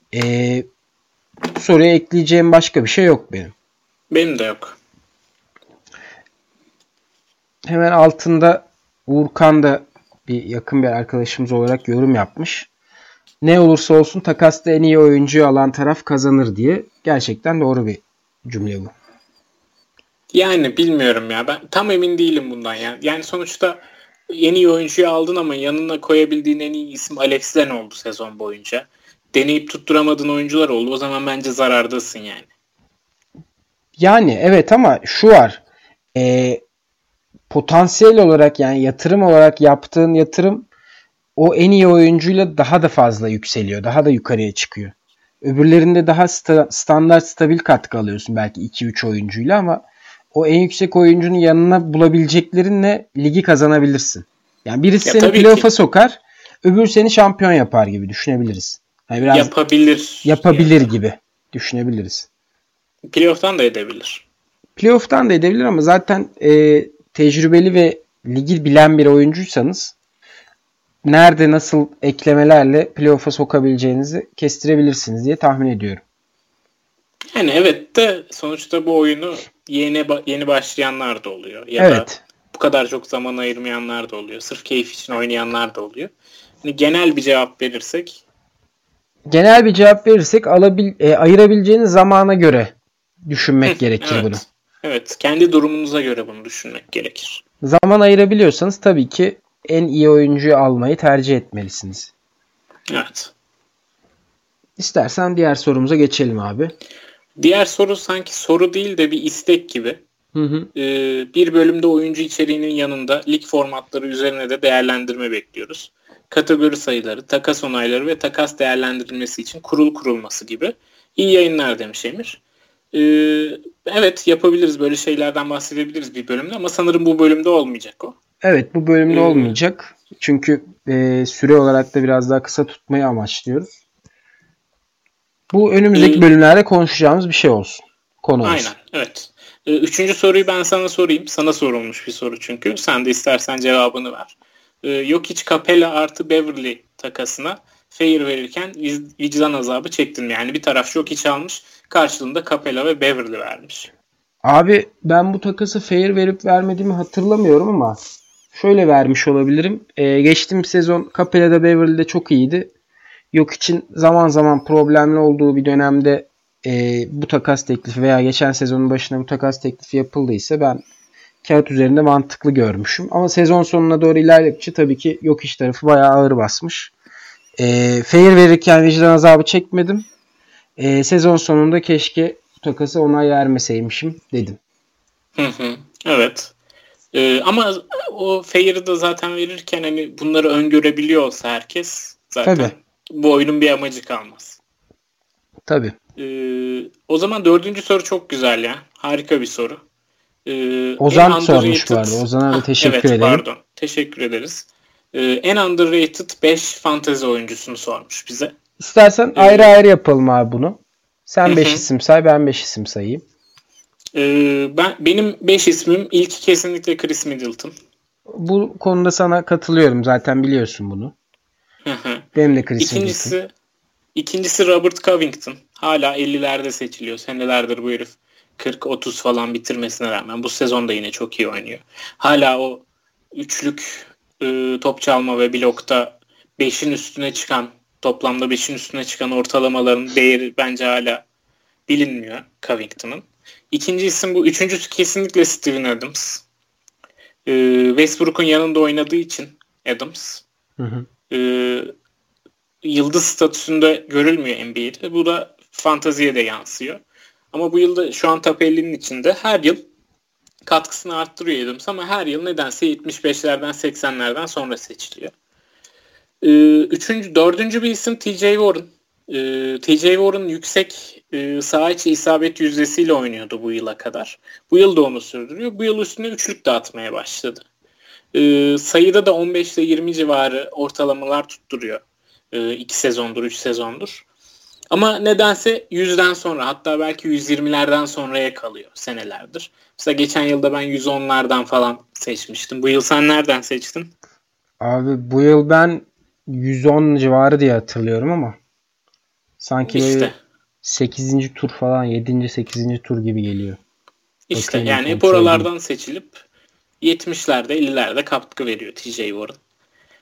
Bu soruya ekleyeceğim başka bir şey yok benim. Benim de yok. Hemen altında Uğurkan da bir yakın bir arkadaşımız olarak yorum yapmış. Ne olursa olsun takasta en iyi oyuncuyu alan taraf kazanır diye. Gerçekten doğru bir cümle bu. Yani bilmiyorum ya. Ben tam emin değilim bundan ya. Yani sonuçta en iyi oyuncuyu aldın ama yanına koyabildiğin en iyi isim Alex Len oldu sezon boyunca. Deneyip tutturamadığın oyuncular oldu. O zaman bence zarardasın yani. Yani evet ama şu var. Potansiyel olarak yani yatırım olarak yaptığın yatırım o en iyi oyuncuyla daha da fazla yükseliyor. Daha da yukarıya çıkıyor. Öbürlerinde daha standart stabil katkı alıyorsun belki 2-3 oyuncuyla ama o en yüksek oyuncunun yanına bulabileceklerinle ligi kazanabilirsin. Yani birisi seni playoff'a sokar, öbürü seni şampiyon yapar gibi düşünebiliriz. Yani biraz yapabilir gibi düşünebiliriz. Playoff'tan da edebilir. Playoff'tan da edebilir ama zaten tecrübeli ve ligi bilen bir oyuncuysanız nerede nasıl eklemelerle playoff'a sokabileceğinizi kestirebilirsiniz diye tahmin ediyorum. Yani evet de sonuçta bu oyunu yeni başlayanlar da oluyor. Ya evet. da bu kadar çok zaman ayırmayanlar da oluyor. Sırf keyif için oynayanlar da oluyor. Yani genel bir cevap verirsek ayırabileceğiniz zamana göre düşünmek gerekir evet. bunu. Evet. Kendi durumunuza göre bunu düşünmek gerekir. Zaman ayırabiliyorsanız tabii ki en iyi oyuncuyu almayı tercih etmelisiniz. Evet. İstersen diğer sorumuza geçelim abi. Diğer soru sanki soru değil de bir istek gibi. Hı. Bir bölümde oyuncu içeriğinin yanında lig formatları üzerine de değerlendirme bekliyoruz. Kategori sayıları, takas onayları ve takas değerlendirilmesi için kurul kurulması gibi. İyi yayınlar demiş Emir. Evet yapabiliriz, böyle şeylerden bahsedebiliriz bir bölümde ama sanırım bu bölümde olmayacak o. Evet, bu bölümde olmayacak. Çünkü süre olarak da biraz daha kısa tutmayı amaçlıyoruz. Bu önümüzdeki bölümlerde konuşacağımız bir şey olsun. Konu olsun. Aynen, evet. Üçüncü soruyu ben sana sorayım. Sana sorulmuş bir soru çünkü. Sen de istersen cevabını ver. Jokic, Capela artı Beverly takasına fair verirken vicdan azabı çektin mi? Yani bir taraf Jokic almış, karşılığında Capela ve Beverly vermiş. Abi ben bu takası fair verip vermediğimi hatırlamıyorum ama şöyle vermiş olabilirim. Geçtiğim sezon Capela'da Beverly'de çok iyiydi. Jokic'in zaman zaman problemli olduğu bir dönemde bu takas teklifi veya geçen sezonun başına bu takas teklifi yapıldıysa ben kağıt üzerinde mantıklı görmüşüm. Ama sezon sonuna doğru ilerledikçe tabii ki Jokic tarafı bayağı ağır basmış. Fair verirken vicdan azabı çekmedim. Sezon sonunda keşke bu takası onay vermeseymişim dedim. Evet. Ama o fair'ı da zaten verirken hani bunları öngörebiliyor olsa herkes zaten Tabii. bu oyunun bir amacı kalmaz. Tabii. O zaman dördüncü soru çok güzel ya. Harika bir soru. Ozan sormuş bu arada. Ozan'a da teşekkür ederim. Pardon. Teşekkür ederiz. En underrated 5 fantezi oyuncusunu sormuş bize. İstersen ayrı ayrı yapalım abi bunu. Sen 5 isim say, ben 5 isim sayayım. Benim 5 ismim ilk kesinlikle Chris Middleton. Bu konuda sana katılıyorum. Zaten biliyorsun bunu. Benim de Chris Middleton. İkincisi Robert Covington. Hala 50'lerde seçiliyor. Senelerdir bu herif 40-30 falan bitirmesine rağmen bu sezonda yine çok iyi oynuyor. Hala o üçlük top çalma ve blokta 5'in üstüne çıkan, toplamda 5'in üstüne çıkan ortalamaların değeri bence hala bilinmiyor Covington'ın. İkinci isim bu. Üçüncüsü kesinlikle Steven Adams. Westbrook'un yanında oynadığı için Adams. Yıldız statüsünde görülmüyor NBA'de. Bu da fanteziye de yansıyor. Ama bu yılda şu an top 50'nin içinde her yıl katkısını arttırıyor Adams ama her yıl nedense 75'lerden 80'lerden sonra seçiliyor. Dördüncü bir isim TJ Warren. TJ Warren yüksek saha içi isabet yüzdesiyle oynuyordu bu yıla kadar. Bu yıl da onu sürdürüyor. Bu yıl üstüne üçlük de atmaya başladı. Sayıda da 15 ile 20 civarı ortalamalar tutturuyor. 2 sezondur, 3 sezondur. Ama nedense 100'den sonra, hatta belki 120'lerden sonraya kalıyor senelerdir. Mesela geçen yılda ben 110'lardan falan seçmiştim. Bu yıl sen nereden seçtin? Abi bu yıl ben 110 civarı diye hatırlıyorum ama sanki böyle 8. tur falan, 7. 8. tur gibi geliyor. İşte bakayım, yani hep oralardan seçilip 70'lerde 50'lerde katkı veriyor TJ Warren.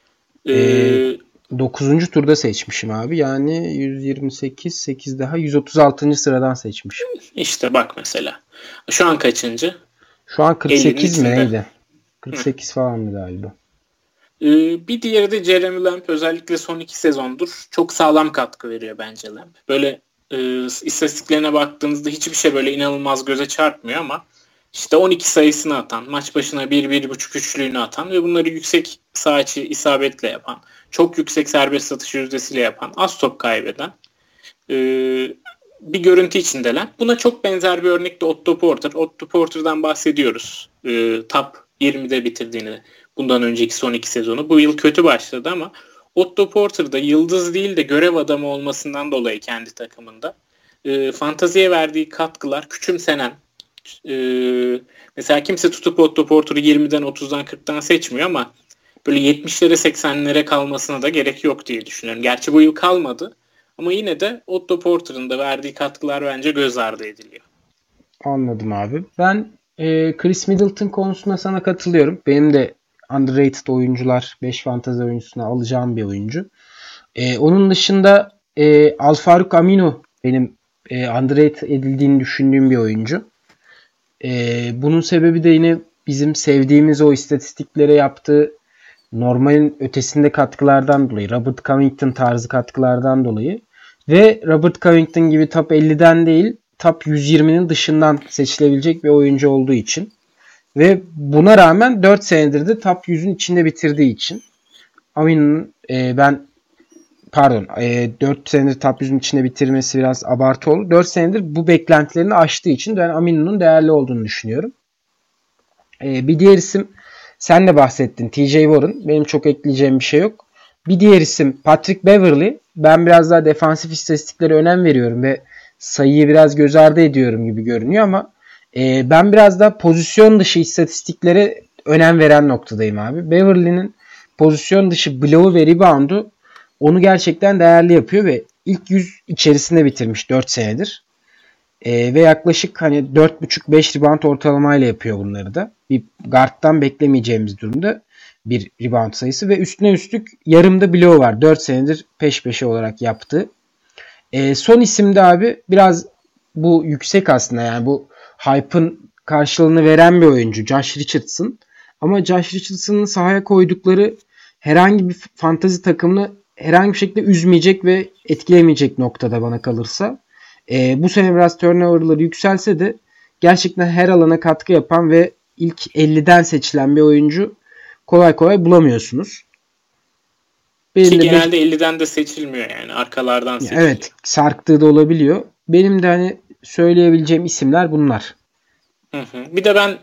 Ee, 9. turda seçmişim abi. Yani 128, 8 daha 136. sıradan seçmişim. işte bak mesela. Şu an kaçıncı? Şu an 50'nin 48 mi içinde. neydi? Hı. 48 falandı galiba. Bir diğeri de Jeremy Lamb, özellikle son 2 sezondur çok sağlam katkı veriyor bence Lamb. Böyle istatistiklerine baktığınızda hiçbir şey böyle inanılmaz göze çarpmıyor ama işte 12 sayısını atan, maç başına 1-1,5 üçlüğünü atan ve bunları yüksek sağ içi isabetle yapan, çok yüksek serbest atış yüzdesiyle yapan, az top kaybeden e, bir görüntü içindeler. Buna çok benzer bir örnek de Otto Porter. Otto Porter'dan bahsediyoruz. Top 20'de bitirdiğini, bundan önceki son 2 sezonu. Bu yıl kötü başladı ama Otto Porter'da yıldız değil de görev adamı olmasından dolayı kendi takımında fanteziye verdiği katkılar küçümsenen. Mesela kimse tutup Otto Porter'ı 20'den 30'dan 40'tan seçmiyor ama böyle 70'lere 80'lere kalmasına da gerek yok diye düşünüyorum. Gerçi bu yıl kalmadı ama yine de Otto Porter'ın da verdiği katkılar bence göz ardı ediliyor. Anladım abi. Ben Chris Middleton konusunda sana katılıyorum. Benim de underrated oyuncular 5 fantezi oyuncusuna alacağım bir oyuncu. Onun dışında Alfaruk Aminu benim underrated edildiğini düşündüğüm bir oyuncu. Bunun sebebi de yine bizim sevdiğimiz o istatistiklere yaptığı normalin ötesinde katkılardan dolayı. Robert Covington tarzı katkılardan dolayı. Ve Robert Covington gibi top 50'den değil top 120'nin dışından seçilebilecek bir oyuncu olduğu için. Ve buna rağmen 4 senedir de top 100'ün içinde bitirdiği için. Aminu'nun 4 senedir top 100'ün içinde bitirmesi biraz abartı oldu. 4 senedir bu beklentilerini aştığı için ben Aminu'nun değerli olduğunu düşünüyorum. Bir diğer isim sen de bahsettin. TJ Warren. Benim çok ekleyeceğim bir şey yok. Bir diğer isim Patrick Beverley. Ben biraz daha defansif istatistiklere önem veriyorum ve sayıyı biraz göz ardı ediyorum gibi görünüyor ama ben biraz daha pozisyon dışı istatistiklere önem veren noktadayım abi. Beverley'nin pozisyon dışı bloğu ve reboundu onu gerçekten değerli yapıyor ve ilk 100 içerisinde bitirmiş 4 senedir. Ve yaklaşık hani 4.5-5 rebound ortalamayla yapıyor bunları da. Bir guard'dan beklemeyeceğimiz durumda bir rebound sayısı ve üstüne üstlük yarımda bloğu var. 4 senedir peş peşe olarak yaptığı. Son isimde abi biraz bu yüksek aslında, yani bu hype'ın karşılığını veren bir oyuncu Josh Richardson. Ama Josh Richardson'ın sahaya koydukları herhangi bir fantazi takımını herhangi bir şekilde üzmeyecek ve etkilemeyecek noktada bana kalırsa. Bu sene biraz turnover'ları yükselse de gerçekten her alana katkı yapan ve ilk 50'den seçilen bir oyuncu kolay kolay bulamıyorsunuz. Benim ki genelde 50'den de seçilmiyor, yani arkalardan seçiliyor. Evet, sarktığı da olabiliyor. Benim de hani söyleyebileceğim isimler bunlar. Bir de ben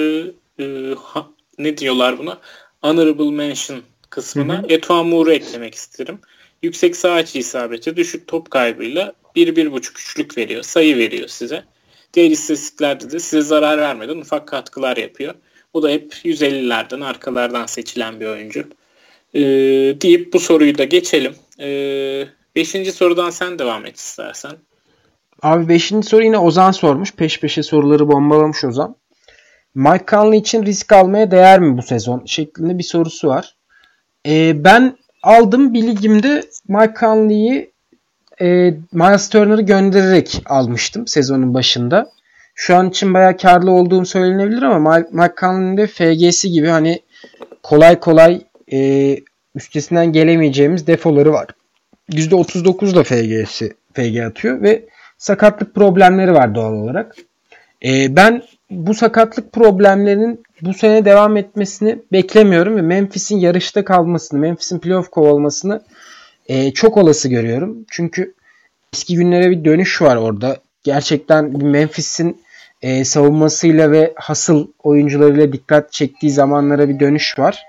ne diyorlar buna? Honorable mention kısmına Etuan Moore'u eklemek isterim. Yüksek sağ açı isabeti, düşük top kaybıyla 1-1,5 üçlük veriyor. Sayı veriyor size. Diğer istatistiklerde de size zarar vermeden ufak katkılar yapıyor. Bu da hep 150'lerden arkalardan seçilen bir oyuncu. Deyip bu soruyu da geçelim. 5. sorudan sen devam et istersen. Abi 5. soru yine Ozan sormuş. Peş peşe soruları bombalamış Ozan. Mike Conley için risk almaya değer mi bu sezon şeklinde bir sorusu var. Ben aldım, bir ligimde Mike Conley'i Miles Turner'ı göndererek almıştım sezonun başında. Şu an için bayağı karlı olduğum söylenebilir ama Mike Conley'nin de FG'si gibi hani kolay kolay üstesinden gelemeyeceğimiz defoları var. %39'la FG atıyor ve sakatlık problemleri var doğal olarak. Ben bu sakatlık problemlerinin bu sene devam etmesini beklemiyorum ve Memphis'in yarışta kalmasını, Memphis'in playoff kovalamasını çok olası görüyorum. Çünkü eski günlere bir dönüş var orada. Gerçekten Memphis'in savunmasıyla ve hasıl oyuncularıyla dikkat çektiği zamanlara bir dönüş var.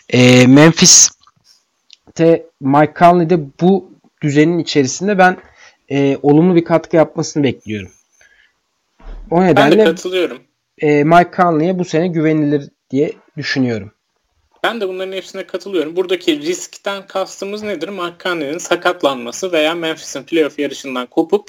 Memphis'te Mike Conley'de bu düzenin içerisinde ben olumlu bir katkı yapmasını bekliyorum. O nedenle ben de katılıyorum. Mike Conley'e bu sene güvenilir diye düşünüyorum. Ben de bunların hepsine katılıyorum. Buradaki riskten kastımız nedir? Mike Conley'nin sakatlanması veya Memphis'in playoff yarışından kopup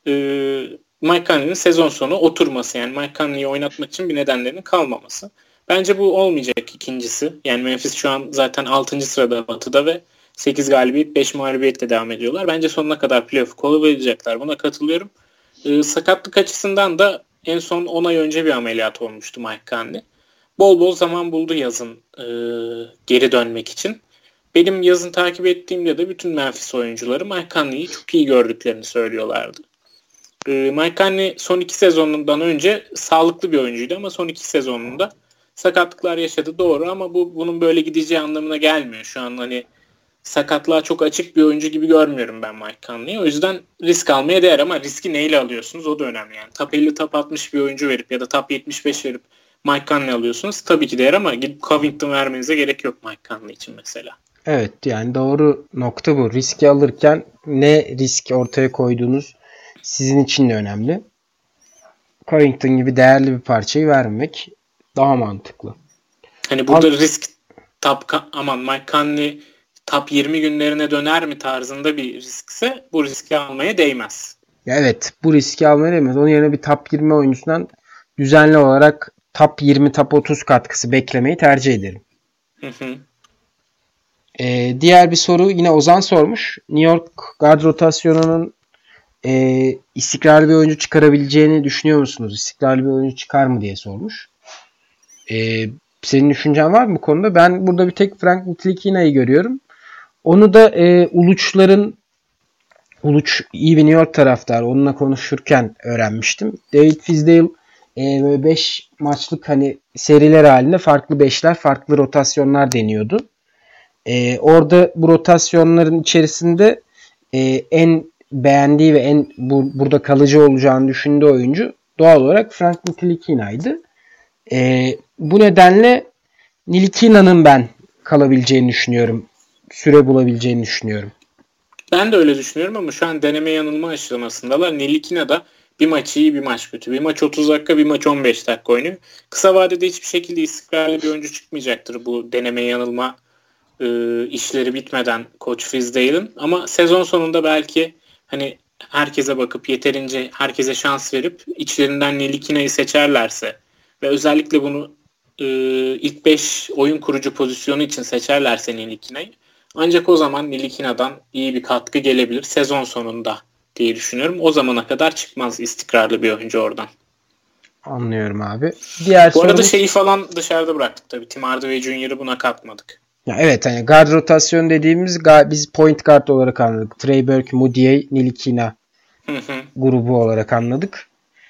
Mike Conley'nin sezon sonu oturması. Yani Mike Conley'i oynatmak için bir nedenlerinin kalmaması. Bence bu olmayacak ikincisi. Yani Memphis şu an zaten 6. sırada Batı'da ve 8 galibiyet 5 mağlubiyetle devam ediyorlar. Bence sonuna kadar playoff'u kovalayacaklar. Buna katılıyorum. Sakatlık açısından da en son 10 ay önce bir ameliyat olmuştu Mike Conley. Bol bol zaman buldu yazın geri dönmek için. Benim yazın takip ettiğimde de bütün Memphis oyuncuları Mike Conley'i çok iyi gördüklerini söylüyorlardı. Mike Conley son 2 sezonundan önce sağlıklı bir oyuncuydu ama son 2 sezonunda sakatlıklar yaşadı, doğru, ama bunun böyle gideceği anlamına gelmiyor. Şu an hani sakatlığa çok açık bir oyuncu gibi görmüyorum ben Mike Conley'i. O yüzden risk almaya değer ama riski neyle alıyorsunuz o da önemli. Yani top 50 top 60 bir oyuncu verip ya da top 75 verip Mike Conley alıyorsunuz. Tabii ki değer ama gidip Covington vermenize gerek yok Mike Conley için mesela. Evet, yani doğru nokta bu. Riski alırken ne risk ortaya koyduğunuz sizin için de önemli. Covington gibi değerli bir parçayı vermemek daha mantıklı. Hani burada risk Mike Conley top 20 günlerine döner mi tarzında bir riskse bu riski almaya değmez. Ya evet, bu riski almaya değmez. Onun yerine bir top 20 oyuncusundan düzenli olarak top 20 top 30 katkısı beklemeyi tercih ederim. Diğer bir soru yine Ozan sormuş. New York guard rotasyonunun istikrarlı bir oyuncu çıkarabileceğini düşünüyor musunuz? İstikrarlı bir oyuncu çıkar mı diye sormuş. Senin düşüncen var mı bu konuda? Ben burada bir tek Frank Ntilikina'yı görüyorum. Onu da Uluç iyi bir New York taraftarı. Onunla konuşurken öğrenmiştim. David Fizdale 5 maçlık hani seriler halinde farklı beşler, farklı rotasyonlar deniyordu. Orada bu rotasyonların içerisinde en beğendiği ve en burada kalıcı olacağını düşündüğü oyuncu doğal olarak Frank Ntilikina'ydı. Bu nedenle Ntilikina ben kalabileceğini düşünüyorum. Süre bulabileceğini düşünüyorum. Ben de öyle düşünüyorum ama şu an deneme yanılma aşamasındalar. Ntilikina da bir maç iyi bir maç kötü. Bir maç 30 dakika bir maç 15 dakika oynuyor. Kısa vadede hiçbir şekilde istikrarlı bir oyuncu çıkmayacaktır bu deneme yanılma işleri bitmeden Koç Fizdale'ın. Ama sezon sonunda belki hani herkese bakıp yeterince herkese şans verip içlerinden Ntilikina seçerlerse ve özellikle bunu ilk 5 oyun kurucu pozisyonu için seçerlerse Ntilikina, ancak o zaman Ntilikina iyi bir katkı gelebilir sezon sonunda diye düşünüyorum. O zamana kadar çıkmaz istikrarlı bir oyuncu oradan. Anlıyorum abi. Bu arada şeyi falan dışarıda bıraktık tabii. Tim Hardaway Jr.'ı buna katmadık. Ya evet, hani guard rotasyon dediğimiz biz point guard olarak anladık. Trey Burke, Mudiay, Ntilikina grubu olarak anladık.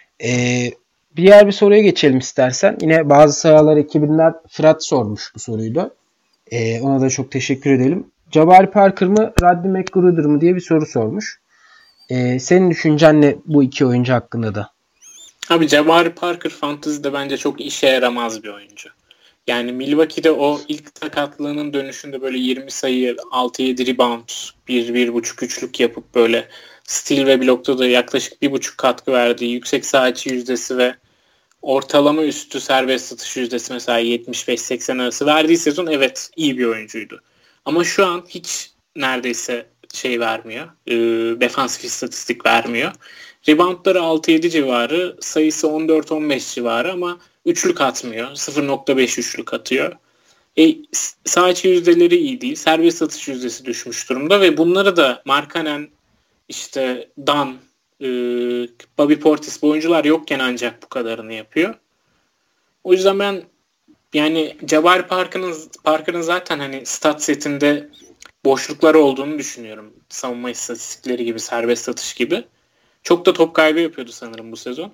Diğer bir soruya geçelim istersen. Yine bazı sahalar ekibinden Fırat sormuş bu soruyu da. Ona da çok teşekkür edelim. Jabari Parker mı, Rodney McGruder mı diye bir soru sormuş. Senin düşüncen ne bu iki oyuncu hakkında da? Abi Jabari Parker fantasy'de bence çok işe yaramaz bir oyuncu. Yani Milwaukee'de o ilk sakatlığının dönüşünde böyle 20 sayı, 6-7 rebound, 1-1.5 üçlük yapıp böyle steal ve blokta da yaklaşık 1.5 katkı verdiği yüksek saha içi yüzdesi ve ortalama üstü serbest atış yüzdesi mesela 75-80 arası verdiği sezon evet iyi bir oyuncuydu. Ama şu an hiç neredeyse vermiyor. Defansif istatistik vermiyor. Reboundları 6-7 civarı, sayısı 14-15 civarı ama üçlük atmıyor. 0.5 üçlük atıyor. Sağ içi yüzdeleri iyi değil. Serbest atış yüzdesi düşmüş durumda ve bunları da Markkanen, işte Dan, Bobby Portis bu oyuncular yokken ancak bu kadarını yapıyor. O yüzden ben yani Jabari Parker'ın zaten hani stat setinde boşlukları olduğunu düşünüyorum. Savunma istatistikleri gibi, serbest atış gibi. Çok da top kaybı yapıyordu sanırım bu sezon.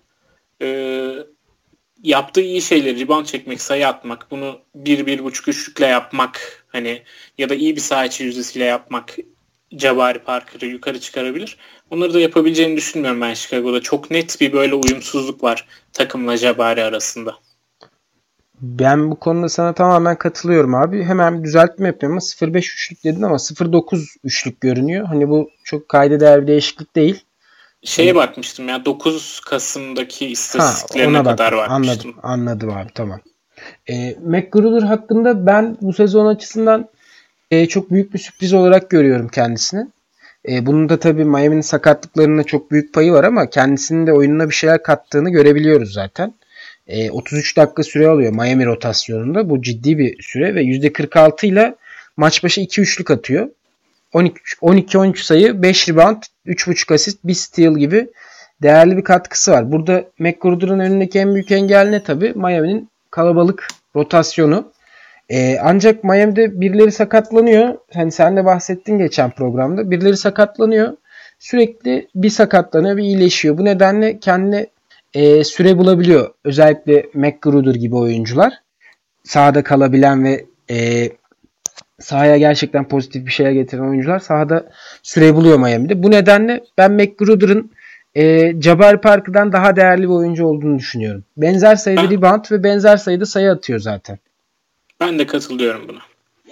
Yaptığı iyi şeyleri, rebound çekmek, sayı atmak, bunu 1-1.5 üçlükle yapmak hani ya da iyi bir saha içi yüzdesiyle yapmak Jabari Parker'ı yukarı çıkarabilir. Onları da yapabileceğini düşünmüyorum ben Chicago'da. Çok net bir böyle uyumsuzluk var takımla Jabari arasında. Ben bu konuda sana tamamen katılıyorum abi. Hemen düzeltme yapıyorum ama 0.5 üçlük dedin ama 0.9 üçlük görünüyor. Hani bu çok kayda değer bir değişiklik değil. Bakmıştım ya 9 Kasım'daki istatistiklerine kadar bakmıştım. Anladım abi, tamam. McGruder hakkında ben bu sezon açısından çok büyük bir sürpriz olarak görüyorum kendisini. Bunun da tabii Miami'nin sakatlıklarında çok büyük payı var ama kendisinin de oyununa bir şeyler kattığını görebiliyoruz zaten. 33 dakika süre alıyor Miami rotasyonunda. Bu ciddi bir süre ve %46 ile maç başı 2 üçlük atıyor. 12-13 sayı, 5 rebound, 3.5 asist, 1 steal gibi değerli bir katkısı var. Burada McGruder'ın önündeki en büyük engel ne tabii? Miami'nin kalabalık rotasyonu. Ancak Miami'de birileri sakatlanıyor. Hani sen de bahsettin geçen programda. Birileri sakatlanıyor. Sürekli bir sakatlanıyor, bir iyileşiyor. Bu nedenle kendine süre bulabiliyor. Özellikle McGruder gibi oyuncular. Sahada kalabilen ve sahaya gerçekten pozitif bir şeyler getiren oyuncular sahada süre buluyor Miami'de. Bu nedenle ben McGruder'ın Jabari Parker'dan daha değerli bir oyuncu olduğunu düşünüyorum. Benzer sayıda rebound ve benzer sayıda sayı atıyor zaten. Ben de katılıyorum buna.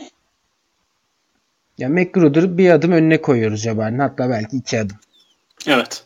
Yani McGruder'ı bir adım önüne koyuyoruz Jabari'nin. Hatta belki 2 adım. Evet.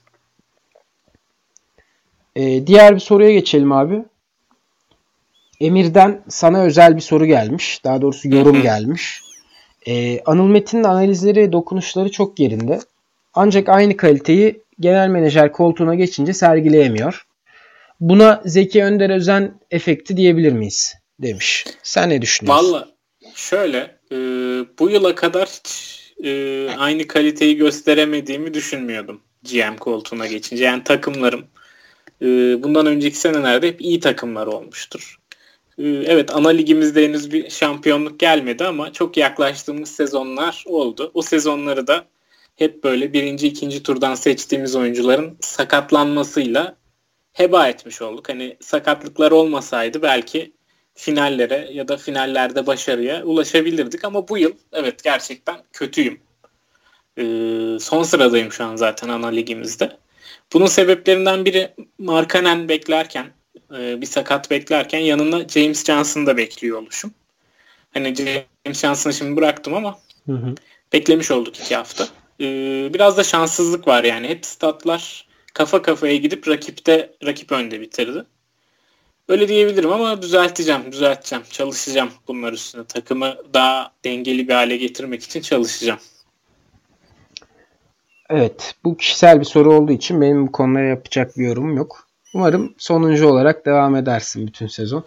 Diğer bir soruya geçelim abi. Emir'den sana özel bir soru gelmiş. Daha doğrusu yorum gelmiş. Anıl Metin'in analizleri, dokunuşları çok yerinde. Ancak aynı kaliteyi genel menajer koltuğuna geçince sergileyemiyor. Buna Zeki Önder Özen efekti diyebilir miyiz? Demiş. Sen ne düşünüyorsun? Valla şöyle bu yıla kadar hiç aynı kaliteyi gösteremediğimi düşünmüyordum GM koltuğuna geçince. Yani takımlarım bundan önceki senelerde hep iyi takımlar olmuştur. Evet, ana ligimizde henüz bir şampiyonluk gelmedi ama çok yaklaştığımız sezonlar oldu. O sezonları da hep böyle birinci, ikinci turdan seçtiğimiz oyuncuların sakatlanmasıyla heba etmiş olduk. Hani sakatlıklar olmasaydı belki finallere ya da finallerde başarıya ulaşabilirdik ama bu yıl evet gerçekten kötüyüm. Son sıradayım şu an zaten ana ligimizde. Bunun sebeplerinden biri Markkanen beklerken, bir sakat beklerken yanına James Johnson'ı da bekliyor oluşum. Hani James Johnson'ı şimdi bıraktım ama beklemiş olduk 2 hafta. Biraz da şanssızlık var yani. Hep statlar kafa kafaya gidip rakip önde bitirdi. Öyle diyebilirim ama düzelteceğim. Çalışacağım bunlar üstüne. Takımı daha dengeli bir hale getirmek için çalışacağım. Evet, bu kişisel bir soru olduğu için benim bu konulara yapacak bir yorumum yok. Umarım sonuncu olarak devam edersin bütün sezon.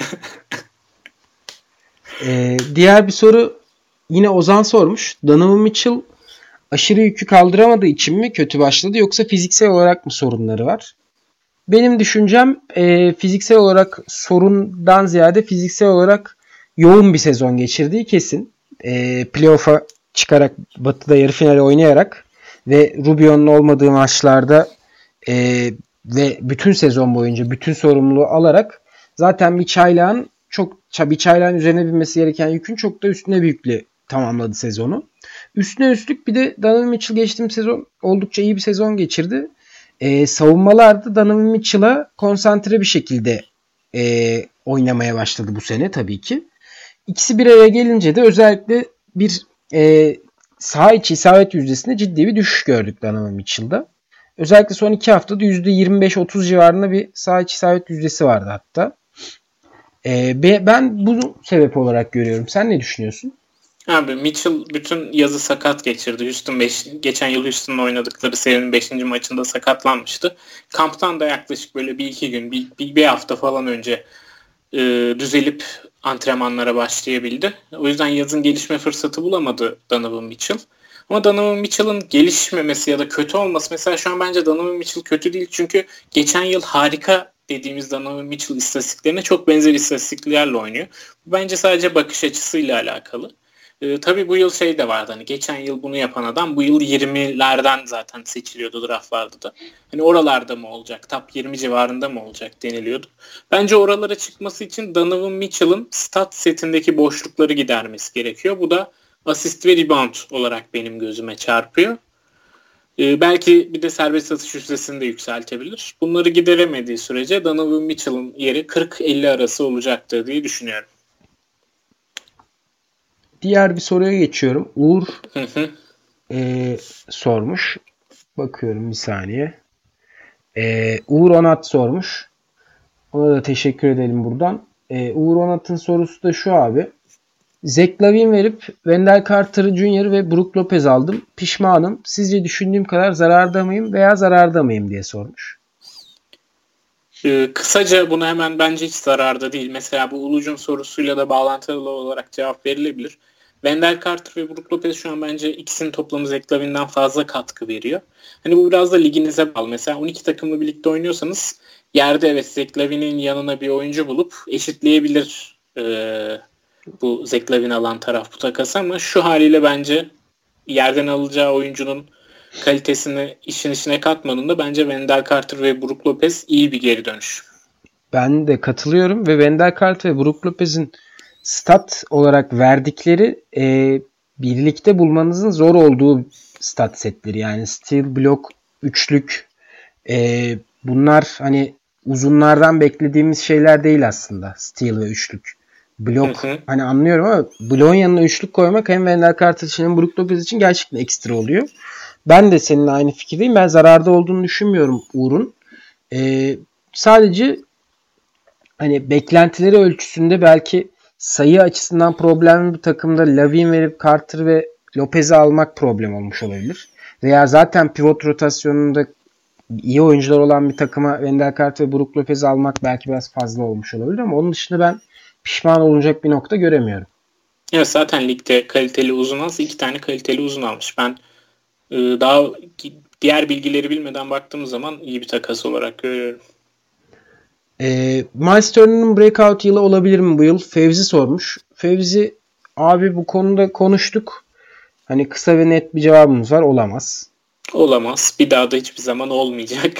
Diğer bir soru yine Ozan sormuş. Donovan Mitchell aşırı yükü kaldıramadığı için mi kötü başladı yoksa fiziksel olarak mı sorunları var? Benim düşüncem fiziksel olarak sorundan ziyade fiziksel olarak yoğun bir sezon geçirdiği kesin. Playoff'a çıkarak Batı'da yarı finale oynayarak ve Rubio'nun olmadığı maçlarda ve bütün sezon boyunca bütün sorumluluğu alarak zaten bir çaylağın üzerine binmesi gereken yükün çok da üstüne bir yükle tamamladı sezonu. Üstüne üstlük bir de Donovan Mitchell geçtiğimiz sezon oldukça iyi bir sezon geçirdi. Savunmalarda Donovan Mitchell'a konsantre bir şekilde oynamaya başladı bu sene tabii ki. İkisi bir araya gelince de özellikle bir saha içi isabet yüzdesinde ciddi bir düşüş gördük Donovan Mitchell'da. Özellikle son 2 haftada %25-30 civarında bir saha içi isabet yüzdesi vardı hatta. Ben bunu sebep olarak görüyorum. Sen ne düşünüyorsun? Abi Mitchell bütün yazı sakat geçirdi. Geçen yıl Houston'la oynadıkları serinin 5. maçında sakatlanmıştı. Kamptan da yaklaşık böyle bir iki gün, bir hafta falan önce düzelip antrenmanlara başlayabildi. O yüzden yazın gelişme fırsatı bulamadı Donovan Mitchell. Ama Donovan Mitchell'ın gelişmemesi ya da kötü olması, mesela şu an bence Donovan Mitchell kötü değil çünkü geçen yıl harika dediğimiz Donovan Mitchell istatistiklerine çok benzer istatistiklerle oynuyor. Bu bence sadece bakış açısıyla alakalı. Tabii bu yıl şey de vardı, hani geçen yıl bunu yapan adam bu yıl 20'lerden zaten seçiliyordu draftlarda da. Hani oralarda mı olacak, top 20 civarında mı olacak deniliyordu. Bence oralara çıkması için Donovan Mitchell'ın stat setindeki boşlukları gidermesi gerekiyor. Bu da asist ve rebound olarak benim gözüme çarpıyor. Belki bir de serbest atış yüzdesini de yükseltebilir. Bunları gideremediği sürece Donovan Mitchell'ın yeri 40-50 arası olacaktır diye düşünüyorum. Diğer bir soruya geçiyorum. Uğur sormuş. Bakıyorum bir saniye. Uğur Onat sormuş. Ona da teşekkür edelim buradan. Uğur Onat'ın sorusu da şu abi. Zach LaVine verip Wendell Carter Jr. ve Brook Lopez aldım. Pişmanım. Sizce düşündüğüm kadar zararda mıyım veya zararda mıyım diye sormuş. Kısaca bunu hemen bence hiç zararda değil. Mesela bu Uluc'un sorusuyla da bağlantılı olarak cevap verilebilir. Wendell Carter ve Brook Lopez şu an bence ikisinin toplamı Zach Lavine'den fazla katkı veriyor. Hani bu biraz da liginize bağlı. Mesela 12 takımla birlikte oynuyorsanız yerde evet Zach Lavine'in yanına bir oyuncu bulup eşitleyebilir bu Zach Lavine alan taraf bu takası, ama şu haliyle bence yerden alacağı oyuncunun kalitesini işin içine katmadığında bence Wendell Carter ve Brook Lopez iyi bir geri dönüş. Ben de katılıyorum ve Wendell Carter ve Brook Lopez'in stat olarak verdikleri birlikte bulmanızın zor olduğu stat setleri. Yani steal, blok, üçlük, bunlar hani uzunlardan beklediğimiz şeyler değil aslında. Steal ve üçlük. Blok hani anlıyorum ama bloğun yanına üçlük koymak hem Wendell Carter için hem Brook Lopez için gerçekten ekstra oluyor. Ben de seninle aynı fikirdeyim. Ben zararda olduğunu düşünmüyorum Uğur'un. Sadece hani beklentileri ölçüsünde belki sayı açısından problemli bir takımda Lavine verip Carter ve Lopez'i almak problem olmuş olabilir. Veya zaten pivot rotasyonunda iyi oyuncular olan bir takıma Wendell Carter ve Brook Lopez'i almak belki biraz fazla olmuş olabilir ama onun dışında ben pişman olacak bir nokta göremiyorum. Evet, zaten ligde kaliteli uzun az. 2 tane kaliteli uzun almış. Ben daha diğer bilgileri bilmeden baktığım zaman iyi bir takas olarak görüyorum. Miles Turner'ın breakout yılı olabilir mi bu yıl? Fevzi sormuş. Fevzi abi bu konuda konuştuk. Hani kısa ve net bir cevabımız var. Olamaz. Olamaz. Bir daha da hiçbir zaman olmayacak.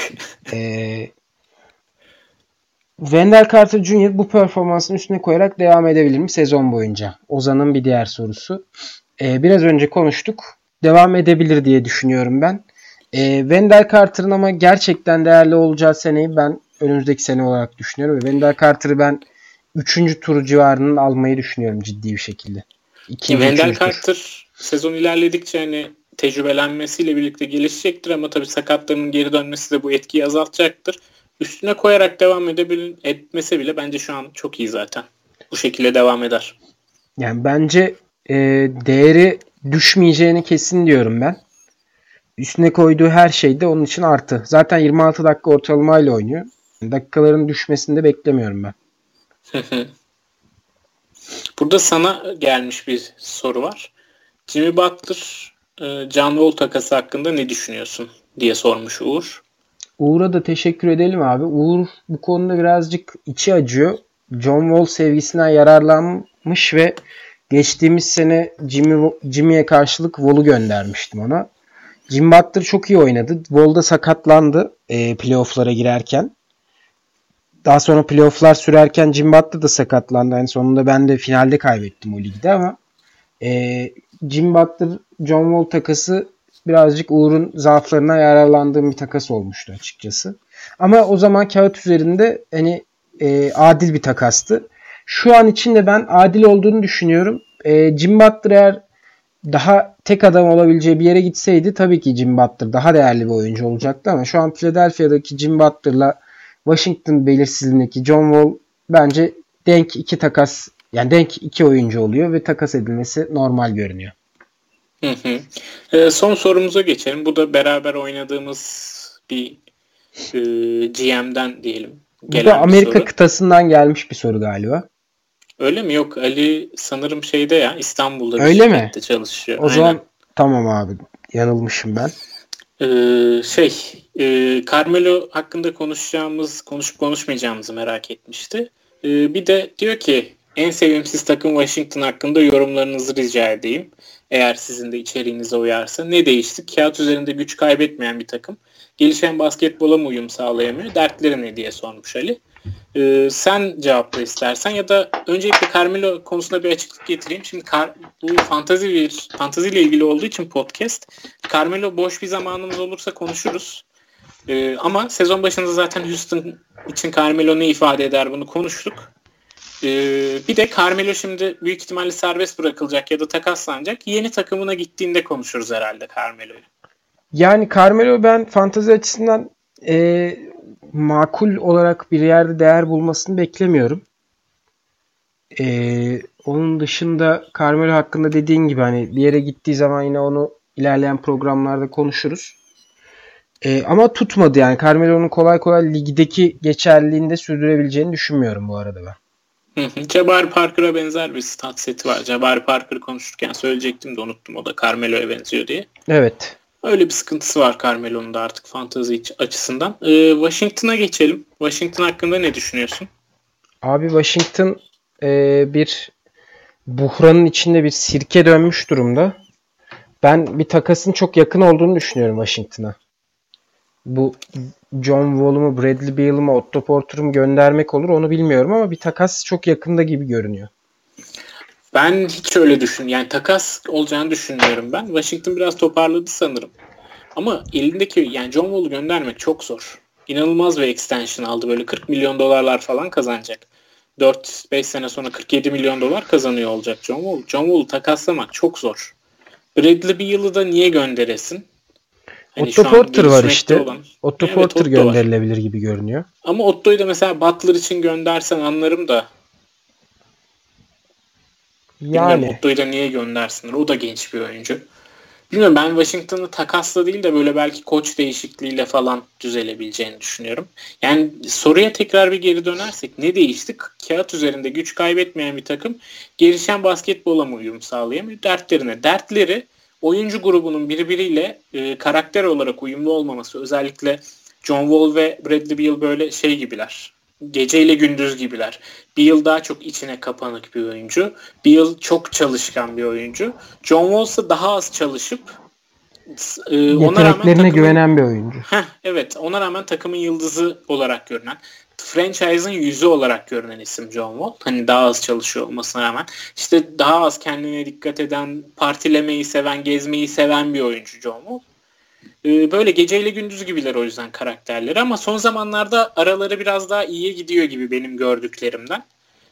Wendell Carter Jr. bu performansın üstüne koyarak devam edebilir mi sezon boyunca? Ozan'ın bir diğer sorusu. Biraz önce konuştuk. Devam edebilir diye düşünüyorum ben. Wendell Carter'ın ama gerçekten değerli olacağı seneyi ben önümüzdeki sene olarak düşünüyorum. Ve Wendell Carter'ı ben 3. tur civarının almayı düşünüyorum ciddi bir şekilde. Wendell Carter sezon ilerledikçe hani tecrübelenmesiyle birlikte gelişecektir ama tabii sakatlarının geri dönmesi de bu etkiyi azaltacaktır. Üstüne koyarak devam etmese bile bence şu an çok iyi zaten. Bu şekilde devam eder. Yani bence değeri düşmeyeceğini kesin diyorum ben. Üstüne koyduğu her şey de onun için artı. Zaten 26 dakika ortalamayla oynuyor. Dakikaların düşmesini de beklemiyorum ben. Burada sana gelmiş bir soru var. Jimmy Butler, John Wall takası hakkında ne düşünüyorsun diye sormuş Uğur. Uğur'a da teşekkür edelim abi. Uğur bu konuda birazcık içi acıyor. John Wall sevgisinden yararlanmış ve geçtiğimiz sene Jimmy'ye karşılık Wall'u göndermiştim ona. Jimmy Butler çok iyi oynadı. Wall da sakatlandı playoff'lara girerken. Daha sonra playoff'lar sürerken Jimmy Butler da sakatlandı. En sonunda ben de finalde kaybettim o ligde ama Jimmy Butler John Wall takası birazcık Uğur'un zaaflarına yararlandığım bir takas olmuştu açıkçası. Ama o zaman kağıt üzerinde hani adil bir takastı. Şu an için de ben adil olduğunu düşünüyorum. Jimmy Butler eğer daha tek adam olabileceği bir yere gitseydi tabii ki Jimmy Butler daha değerli bir oyuncu olacaktı ama şu an Philadelphia'daki Jimmy Butler'la Washington belirsizliğindeki John Wall bence denk iki takas, yani denk iki oyuncu oluyor ve takas edilmesi normal görünüyor. Son sorumuza geçelim. Bu da beraber oynadığımız bir GM'den diyelim. Bu da Amerika kıtasından gelmiş bir soru galiba. Öyle mi? Yok. Ali sanırım şeyde ya, İstanbul'da bir öyle şirkette mi? Çalışıyor. O zaman tamam abi. Yanılmışım ben. Carmelo hakkında konuşup konuşmayacağımızı merak etmişti. Bir de diyor ki en sevimsiz takım Washington hakkında yorumlarınızı rica edeyim. Eğer sizin de içeriğinize uyarsa. Ne değişti? Kağıt üzerinde güç kaybetmeyen bir takım. Gelişen basketbola mı uyum sağlayamıyor? Dertleri ne diye sormuş Ali. Sen cevapla istersen ya da öncelikle Carmelo konusunda bir açıklık getireyim. Şimdi bu fantaziyle ilgili olduğu için podcast. Carmelo boş bir zamanımız olursa konuşuruz. Ama sezon başında zaten Houston için Carmelo ne ifade eder bunu konuştuk. Bir de Carmelo şimdi büyük ihtimalle serbest bırakılacak ya da takaslanacak. Yeni takımına gittiğinde konuşuruz herhalde Carmelo'yu. Yani Carmelo ben fantazi açısından makul olarak bir yerde değer bulmasını beklemiyorum. Onun dışında Carmelo hakkında dediğin gibi hani bir yere gittiği zaman yine onu ilerleyen programlarda konuşuruz. Ama tutmadı yani. Carmelo'nun kolay kolay ligdeki geçerliliğini de sürdürebileceğini düşünmüyorum bu arada ben. Jabari Parker'a benzer bir stat seti var. Jabari Parker'ı konuşurken söyleyecektim de unuttum. O da Carmelo'ya benziyor diye. Evet. Öyle bir sıkıntısı var Carmelo'nun da artık fantasy açısından. Washington'a geçelim. Washington hakkında ne düşünüyorsun? Abi Washington bir buhranın içinde bir sirke dönmüş durumda. Ben bir takasın çok yakın olduğunu düşünüyorum Washington'a. Bu John Wall'u mu, Bradley Beal'ı mı, Otto Porter'ı mı göndermek olur onu bilmiyorum ama bir takas çok yakında gibi görünüyor. Ben hiç öyle yani takas olacağını düşünmüyorum ben. Washington biraz toparladı sanırım. Ama elindeki yani John Wall'u göndermek çok zor. İnanılmaz bir extension aldı. Böyle 40 milyon dolarlar falan kazanacak. 4-5 sene sonra 47 milyon dolar kazanıyor olacak John Wall. John Wall'u takaslamak çok zor. Bradley Beal'ı da niye gönderesin? Hani Otto Porter var işte. Otto Porter gönderilebilir gibi görünüyor. Ama Otto'yu da mesela Butler için göndersen anlarım da. Yani. Otto'yu da niye göndersinler? O da genç bir oyuncu. Bilmiyorum, ben Washington'ı takasla değil de böyle belki koç değişikliğiyle falan düzelebileceğini düşünüyorum. Yani soruya tekrar bir geri dönersek ne değişti? Kağıt üzerinde güç kaybetmeyen bir takım gelişen basketbola mı uyum sağlayamıyor? Dertleri oyuncu grubunun birbiriyle karakter olarak uyumlu olmaması. Özellikle John Wall ve Bradley Beal böyle şey gibiler. Geceyle gündüz gibiler. Beal daha çok içine kapanık bir oyuncu. Beal çok çalışkan bir oyuncu. John Wall ise daha az çalışıp yeteneklerine güvenen bir oyuncu. Evet, ona rağmen takımın yıldızı olarak görünen, franchise'ın yüzü olarak görünen isim John Wall. Hani daha az çalışıyor olmasına rağmen. İşte daha az kendine dikkat eden, partilemeyi seven, gezmeyi seven bir oyuncu John Wall. Böyle geceyle gündüz gibiler o yüzden karakterleri, ama son zamanlarda araları biraz daha iyiye gidiyor gibi benim gördüklerimden.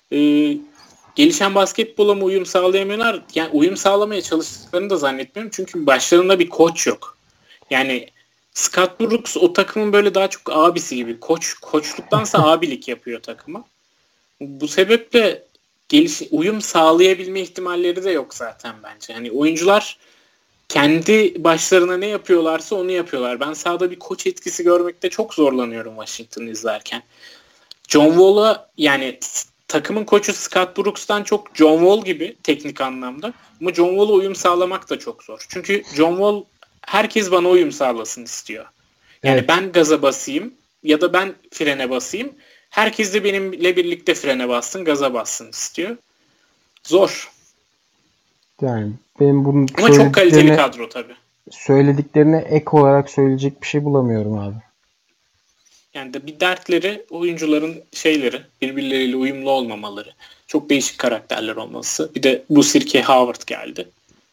Gelişen basketbola mı uyum sağlayamıyorlar? Yani uyum sağlamaya çalıştıklarını da zannetmiyorum. Çünkü başlarında bir koç yok. Yani Scott Brooks o takımın böyle daha çok abisi gibi. Koçluktansa abilik yapıyor takıma. Bu sebeple uyum sağlayabilme ihtimalleri de yok zaten bence. Hani oyuncular kendi başlarına ne yapıyorlarsa onu yapıyorlar. Ben sahada bir koç etkisi görmekte çok zorlanıyorum Washington'ı izlerken. John Wall'a, yani takımın koçu Scott Brooks'tan çok John Wall gibi teknik anlamda. Ama John Wall'a uyum sağlamak da çok zor. Çünkü John Wall herkes bana uyum sağlasın istiyor. Yani evet, ben gaza basayım ya da ben frene basayım. Herkes de benimle birlikte frene bassın, gaza bassın istiyor. Zor. Yani benim bunun ama çok kaliteli kadro tabii. Söylediklerine ek olarak söyleyecek bir şey bulamıyorum abi. Yani de bir dertleri oyuncuların birbirleriyle uyumlu olmamaları. Çok değişik karakterler olması. Bir de bu sirke Howard geldi.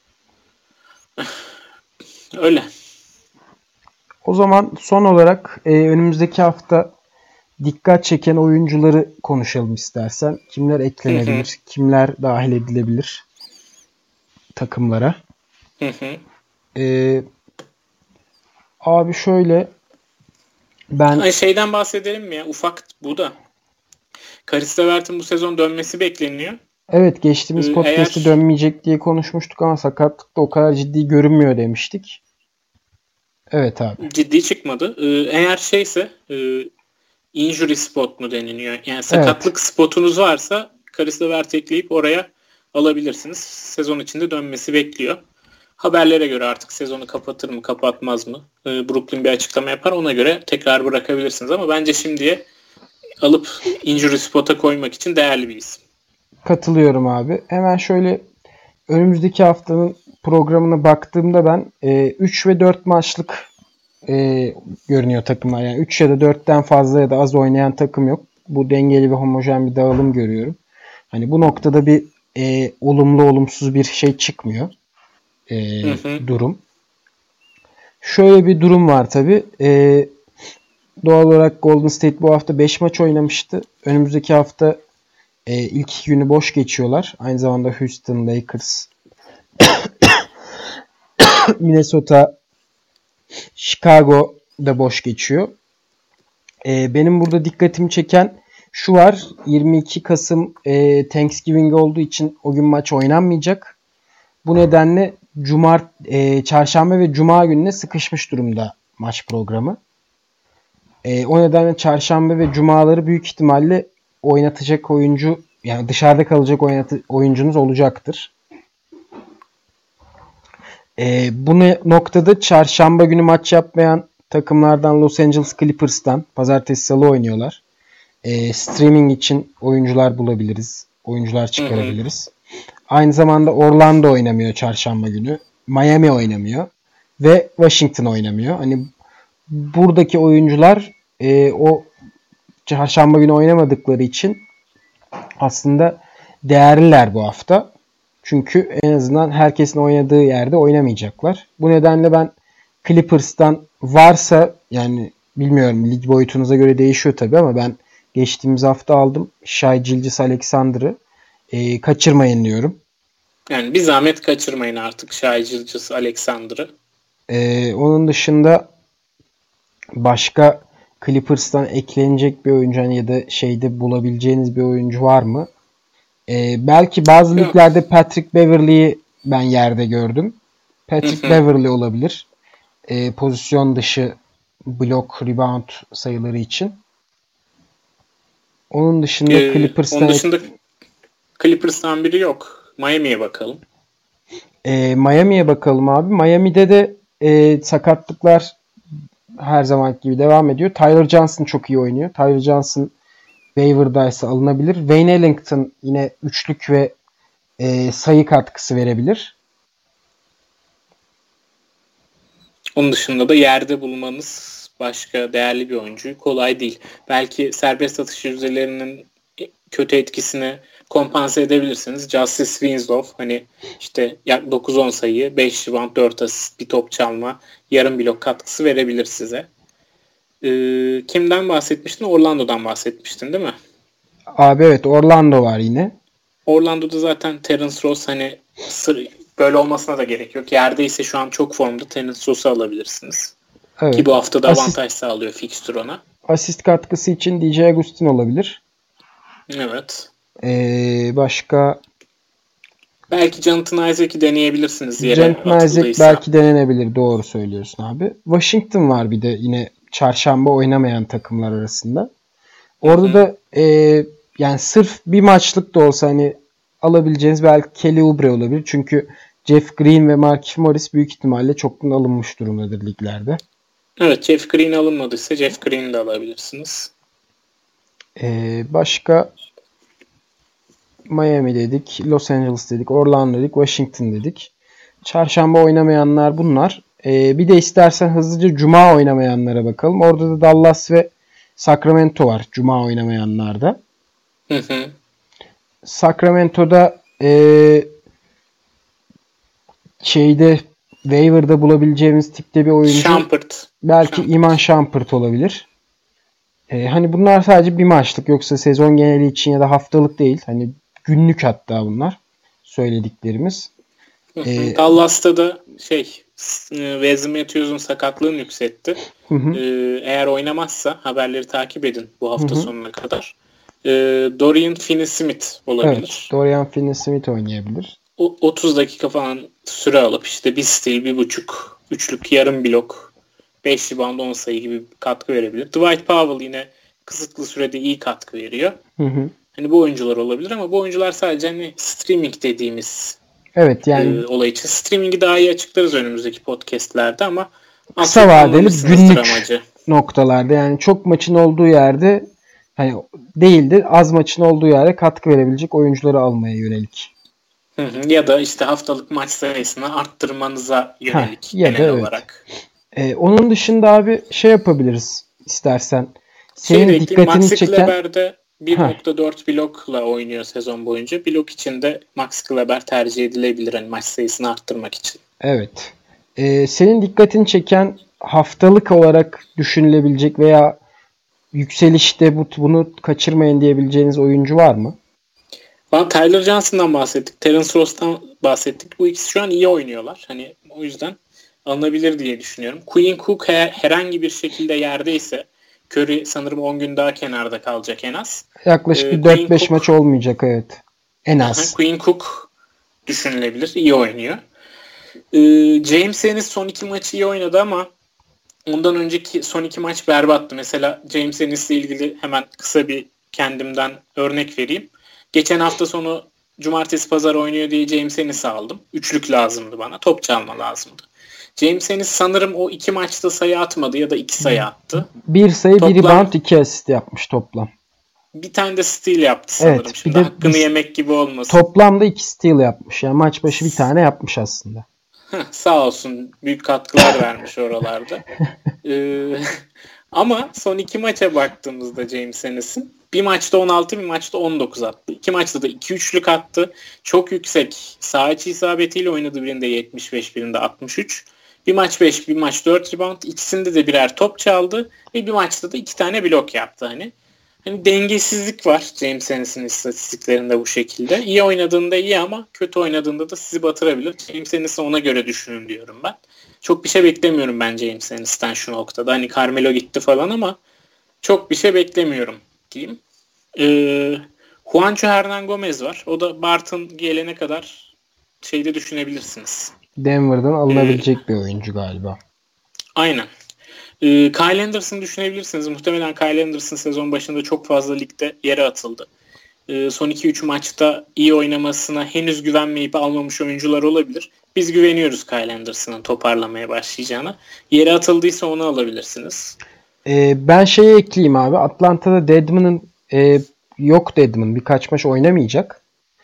Öyle. O zaman son olarak önümüzdeki hafta dikkat çeken oyuncuları konuşalım istersen. Kimler eklenebilir? Kimler dahil edilebilir takımlara? Abi şöyle, ben şeyden bahsedelim mi ya? Ufak bu da. Caris LeVert'in bu sezon dönmesi bekleniyor. Evet, geçtiğimiz podcast'te dönmeyecek diye konuşmuştuk ama sakatlık da o kadar ciddi görünmüyor demiştik. Evet abi. Ciddi çıkmadı. Eğer injury spot mu deniliyor? Yani sakatlık spotunuz varsa Caris LeVert ekleyip oraya alabilirsiniz. Sezon içinde dönmesi bekliyor. Haberlere göre artık sezonu kapatır mı kapatmaz mı? Brooklyn bir açıklama yapar. Ona göre tekrar bırakabilirsiniz. Ama bence şimdiye alıp injury spot'a koymak için değerli bir isim. Katılıyorum abi. Hemen şöyle önümüzdeki haftanın programına baktığımda ben 3 ve 4 maçlık görünüyor takımlar. Yani 3 ya da 4'ten fazla ya da az oynayan takım yok. Bu dengeli ve homojen bir dağılım görüyorum. Hani bu noktada bir olumlu olumsuz bir şey çıkmıyor. Durum. Şöyle bir durum var tabii. Doğal olarak Golden State bu hafta 5 maç oynamıştı. Önümüzdeki hafta ilk 2 günü boş geçiyorlar. Aynı zamanda Houston, Lakers, Minnesota, Chicago da boş geçiyor. Benim burada dikkatimi çeken şu var. 22 Kasım Thanksgiving olduğu için o gün maç oynanmayacak. Bu nedenle çarşamba ve cuma gününe sıkışmış durumda maç programı. O nedenle çarşamba ve cumaları büyük ihtimalle oynatacak oyuncu, yani dışarıda kalacak oyuncunuz olacaktır. Bu noktada çarşamba günü maç yapmayan takımlardan Los Angeles Clippers'tan pazartesi salı oynuyorlar. Streaming için oyuncular bulabiliriz. Oyuncular çıkarabiliriz. Aynı zamanda Orlando oynamıyor çarşamba günü. Miami oynamıyor. Ve Washington oynamıyor. Hani buradaki oyuncular o çarşamba günü oynamadıkları için aslında değerliler bu hafta. Çünkü en azından herkesin oynadığı yerde oynamayacaklar. Bu nedenle ben Clippers'tan varsa, yani bilmiyorum, lig boyutunuza göre değişiyor tabii, ama ben geçtiğimiz hafta aldım Shai Gilgeous-Alexander'ı. Kaçırmayın diyorum. Yani bir zahmet kaçırmayın artık Shai Gilgeous-Alexander'ı. Onun dışında başka Clippers'tan eklenecek bir oyuncu ya da şeyde bulabileceğiniz bir oyuncu var mı? Belki bazı liglerde Patrick Beverley'i ben yerde gördüm. Patrick Beverley olabilir. Pozisyon dışı blok, rebound sayıları için. Onun dışında Clippers'tan biri yok. Miami'ye bakalım. Miami'ye bakalım abi. Miami'de de sakatlıklar her zaman gibi devam ediyor. Tyler Johnson çok iyi oynuyor. Tyler Johnson waiver'daysa alınabilir. Wayne Ellington yine üçlük ve sayı katkısı verebilir. Onun dışında da yerde bulmanız başka değerli bir oyuncuyu kolay değil. Belki serbest atış yüzdelerinin kötü etkisini kompanse edebilirsiniz. Justice Winslow hani işte 9-10 sayı, 5 rebound, 4 asist, bir top çalma, yarım blok katkısı verebilir size. Kimden bahsetmiştin? Orlando'dan bahsetmiştin değil mi? Abi evet, Orlando var yine. Orlando'da zaten Terence Ross hani böyle olmasına da gerek yok. Yerdeyse şu an çok formda Terence Ross'u alabilirsiniz. Evet. Ki bu hafta da avantaj sağlıyor fixture ona. Asist katkısı için DJ Agustin olabilir. Evet. Başka belki Jonathan Isaac'i deneyebilirsiniz. Jonathan Isaac belki denenebilir. Doğru söylüyorsun abi. Washington var bir de yine çarşamba oynamayan takımlar arasında. Orada da yani sırf bir maçlık da olsa hani alabileceğiniz belki Kelly Oubre olabilir. Çünkü Jeff Green ve Markieff Morris büyük ihtimalle çoktan alınmış durumdadır liglerde. Evet, Jeff Green alınmadıysa Jeff Green'i de alabilirsiniz. Başka Miami dedik, Los Angeles dedik, Orlando dedik, Washington dedik. Çarşamba oynamayanlar bunlar. Bir de istersen hızlıca Cuma oynamayanlara bakalım. Orada da Dallas ve Sacramento var Cuma oynamayanlarda. Sacramento'da waiver'da bulabileceğimiz tipte bir oyuncu. Shumpert. Belki Iman Shumpert olabilir. Hani bunlar sadece bir maçlık, yoksa sezon geneli için ya da haftalık değil. Hani günlük hatta bunlar söylediklerimiz. Dallas'ta da Wes Matthews'un sakatlığını yükseltti. Eğer oynamazsa haberleri takip edin bu hafta sonuna kadar. Dorian Finney-Smith olabilir. Evet, Dorian Finney-Smith oynayabilir. 30 dakika falan süre alıp işte bir steal, 1.5 üçlük, yarım blok, 5 rebound, 10 sayı gibi katkı verebilir. Dwight Powell yine kısıtlı sürede iyi katkı veriyor. Hani bu oyuncular olabilir ama bu oyuncular sadece hani streaming dediğimiz olay için. Streaming'i daha iyi açıklarız önümüzdeki podcastlerde ama kısa vadeli günlük noktalarda, yani çok maçın olduğu yerde hani değil de az maçın olduğu yere katkı verebilecek oyuncuları almaya yönelik. Ya da işte haftalık maç sayısını arttırmanıza yönelik genel olarak. Onun dışında abi yapabiliriz istersen. Senin dikkatini çeken Kleber'de 1.4 blokla oynuyor sezon boyunca. Blok içinde Max Kleber tercih edilebilir hani maç sayısını arttırmak için. Evet. Senin dikkatini çeken haftalık olarak düşünülebilecek veya yükselişte bunu kaçırmayın diyebileceğiniz oyuncu var mı? Tyler Johnson'dan bahsettik. Terence Ross'tan bahsettik. Bu ikisi şu an iyi oynuyorlar. Hani o yüzden alınabilir diye düşünüyorum. Quinn Cook herhangi bir şekilde yerdeyse, Curry sanırım 10 gün daha kenarda kalacak en az. Yaklaşık bir 4-5 maç olmayacak, evet. En az. Quinn Cook düşünülebilir. İyi oynuyor. James Ennis son 2 maçı iyi oynadı ama ondan önceki son 2 maç berbattı. Mesela James Ennis'le ilgili hemen kısa bir kendimden örnek vereyim. Geçen hafta sonu cumartesi pazar oynuyor diye James Ennis'i aldım. Üçlük lazımdı bana. Top çalma lazımdı. James Ennis sanırım o 2 maçta sayı atmadı ya da 2 sayı attı. 1 sayı, 1 rebound, 2 asist yapmış toplam. Bir tane de steal yaptı sanırım. Evet, şimdi hakkını yemek gibi olmasın. Toplamda 2 steal yapmış. Yani maç başı bir tane yapmış aslında. Sağ olsun. Büyük katkılar vermiş oralarda. Ama son 2 maça baktığımızda James Ennis'in bir maçta 16, bir maçta 19 attı. 2 maçta da 2-3'lük attı. Çok yüksek saha içi isabetiyle oynadı. Birinde 75, birinde 63. Bir maç 5, bir maç 4 rebound. İkisinde de birer top çaldı. Ve bir maçta da 2 tane blok yaptı. Hani dengesizlik var James Ennis'in istatistiklerinde bu şekilde. İyi oynadığında iyi ama kötü oynadığında da sizi batırabilir. James Ennis'i ona göre düşünün diyorum ben. Çok bir şey beklemiyorum ben James Ennis'ten şu noktada. Hani Carmelo gitti falan ama çok bir şey beklemiyorum diyeyim. Juancho Hernan Gomez var. O da Barton gelene kadar şeyde düşünebilirsiniz. Denver'dan alınabilecek bir oyuncu galiba. Aynen. Kyle Anderson düşünebilirsiniz. Muhtemelen Kyle Anderson sezon başında çok fazla ligde yere atıldı. Son 2-3 maçta iyi oynamasına henüz güvenmeyip almamış oyuncular olabilir. Biz güveniyoruz Kyle Anderson'ın toparlamaya başlayacağına. Yere atıldıysa onu alabilirsiniz. Ben şeyi ekleyeyim abi. Atlanta'da Dedmon'un yok Dedmon. Birkaç maç oynamayacak.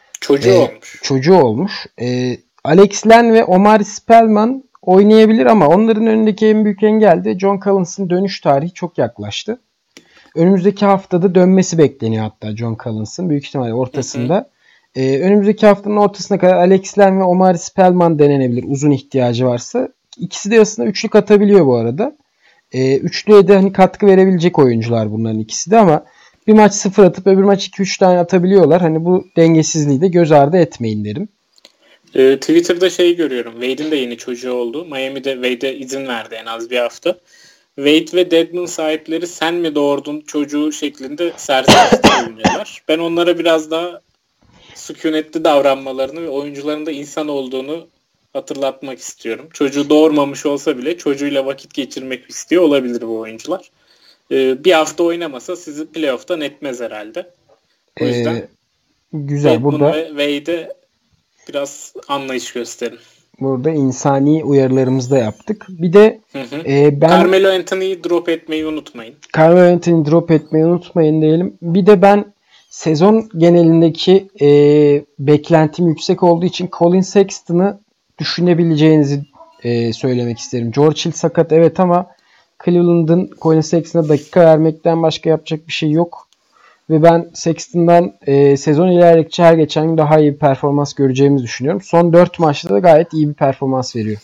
Çocuğu olmuş. Alex Len ve Omar Spellman oynayabilir ama onların önündeki en büyük engel de John Collins'in dönüş tarihi çok yaklaştı. Önümüzdeki haftada dönmesi bekleniyor hatta John Collins'in. Büyük ihtimalle ortasında. Önümüzdeki haftanın ortasına kadar Alex Len ve Omar Spellman denenebilir uzun ihtiyacı varsa. İkisi de aslında üçlük atabiliyor bu arada. Üçlüye de hani katkı verebilecek oyuncular bunların ikisi de ama bir maç 0 atıp öbür maç 2-3 tane atabiliyorlar. Hani bu dengesizliği de göz ardı etmeyin derim. Twitter'da şey görüyorum. Wade'in de yeni çocuğu oldu. Miami'de Wade'e izin verdi en az bir hafta. Wade ve Dedmon sahipleri sen mi doğurdun çocuğu şeklinde serzenişte bulunuyorlar. Ben onlara biraz daha sükunetli davranmalarını ve oyuncuların da insan olduğunu hatırlatmak istiyorum. Çocuğu doğurmamış olsa bile çocuğuyla vakit geçirmek istiyor olabilir bu oyuncular. Bir hafta oynamasa sizi playoff'tan etmez herhalde. O yüzden güzel. Dedmon burada ve Wade'e biraz anlayış gösterin. Burada insani uyarılarımızı da yaptık. Bir de Carmelo Anthony'yi drop etmeyi unutmayın. Carmelo Anthony'yi drop etmeyi unutmayın diyelim. Bir de ben sezon genelindeki beklentim yüksek olduğu için Colin Sexton'ı düşünebileceğinizi söylemek isterim. George Hill sakat evet ama Cleveland'ın Colin Sexton'a dakika vermekten başka yapacak bir şey yok. Ve ben Sexton'dan sezon ilerledikçe her geçen gün daha iyi bir performans göreceğimizi düşünüyorum. Son 4 maçta da gayet iyi bir performans veriyor.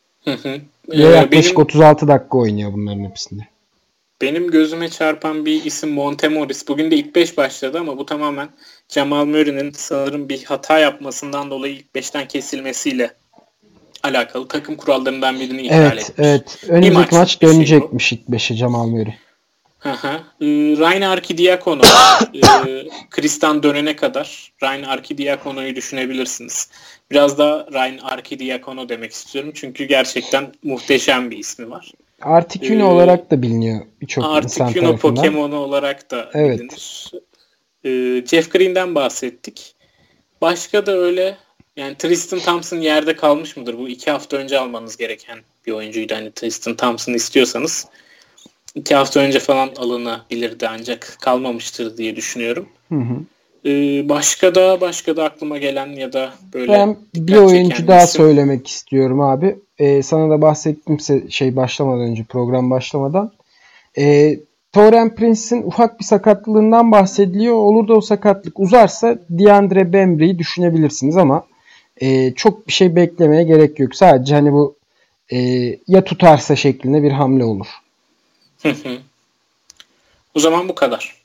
Yaklaşık 36 dakika oynuyor bunların hepsinde. Benim gözüme çarpan bir isim Monte Morris. Bugün de ilk 5 başladı ama bu tamamen Jamal Murray'nin sanırım bir hata yapmasından dolayı ilk 5'ten kesilmesiyle alakalı. Takım kurallarından birini ihlal etmiş. Evet. Önümüzdeki maç dönecekmiş ilk 5'e Jamal Murray. Ryan Arcidiacono Kristan dönene kadar Ryan Arcidiacono'yu düşünebilirsiniz. Biraz da Ryan Arcidiacono demek istiyorum. Çünkü gerçekten muhteşem bir ismi var. Articuno olarak da biliniyor birçok insan tarafından. Articuno Pokemon'u olarak da bilinir. Jeff Green'den bahsettik. Başka da öyle yani Tristan Thompson yerde kalmış mıdır? Bu 2 hafta önce almanız gereken bir oyuncuydu. Hani Tristan Thompson'ı istiyorsanız 2 hafta önce falan alınabilirdi ancak kalmamıştır diye düşünüyorum. Başka da aklıma gelen ya da böyle ben bir oyuncu daha söylemek istiyorum abi. Sana da bahsettim başlamadan önce program başlamadan. Taurean Prince'in ufak bir sakatlığından bahsediliyor. Olur da o sakatlık uzarsa DeAndre Bembry'yi düşünebilirsiniz ama çok bir şey beklemeye gerek yok. Sadece hani bu ya tutarsa şeklinde bir hamle olur. O zaman bu kadar.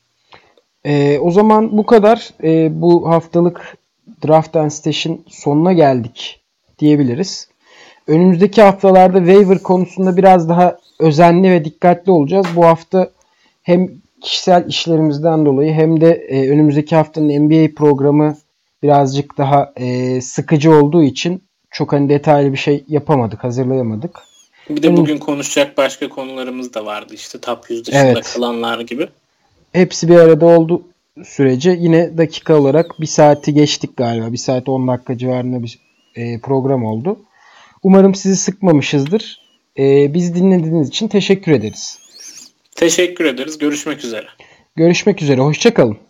Bu haftalık Draft and Stash'in sonuna geldik diyebiliriz. Önümüzdeki haftalarda waiver konusunda biraz daha özenli ve dikkatli olacağız. Bu hafta hem kişisel işlerimizden dolayı hem de önümüzdeki haftanın NBA programı birazcık daha sıkıcı olduğu için çok hani detaylı bir şey yapamadık, hazırlayamadık. Bir de bugün konuşacak başka konularımız da vardı. İşte top 100 dışında kalanlar gibi. Hepsi bir arada oldu sürece yine dakika olarak 1 saati geçtik galiba. 1 saat 10 dakika civarında bir program oldu. Umarım sizi sıkmamışızdır. Biz dinlediğiniz için teşekkür ederiz. Teşekkür ederiz. Görüşmek üzere. Görüşmek üzere. Hoşça kalın.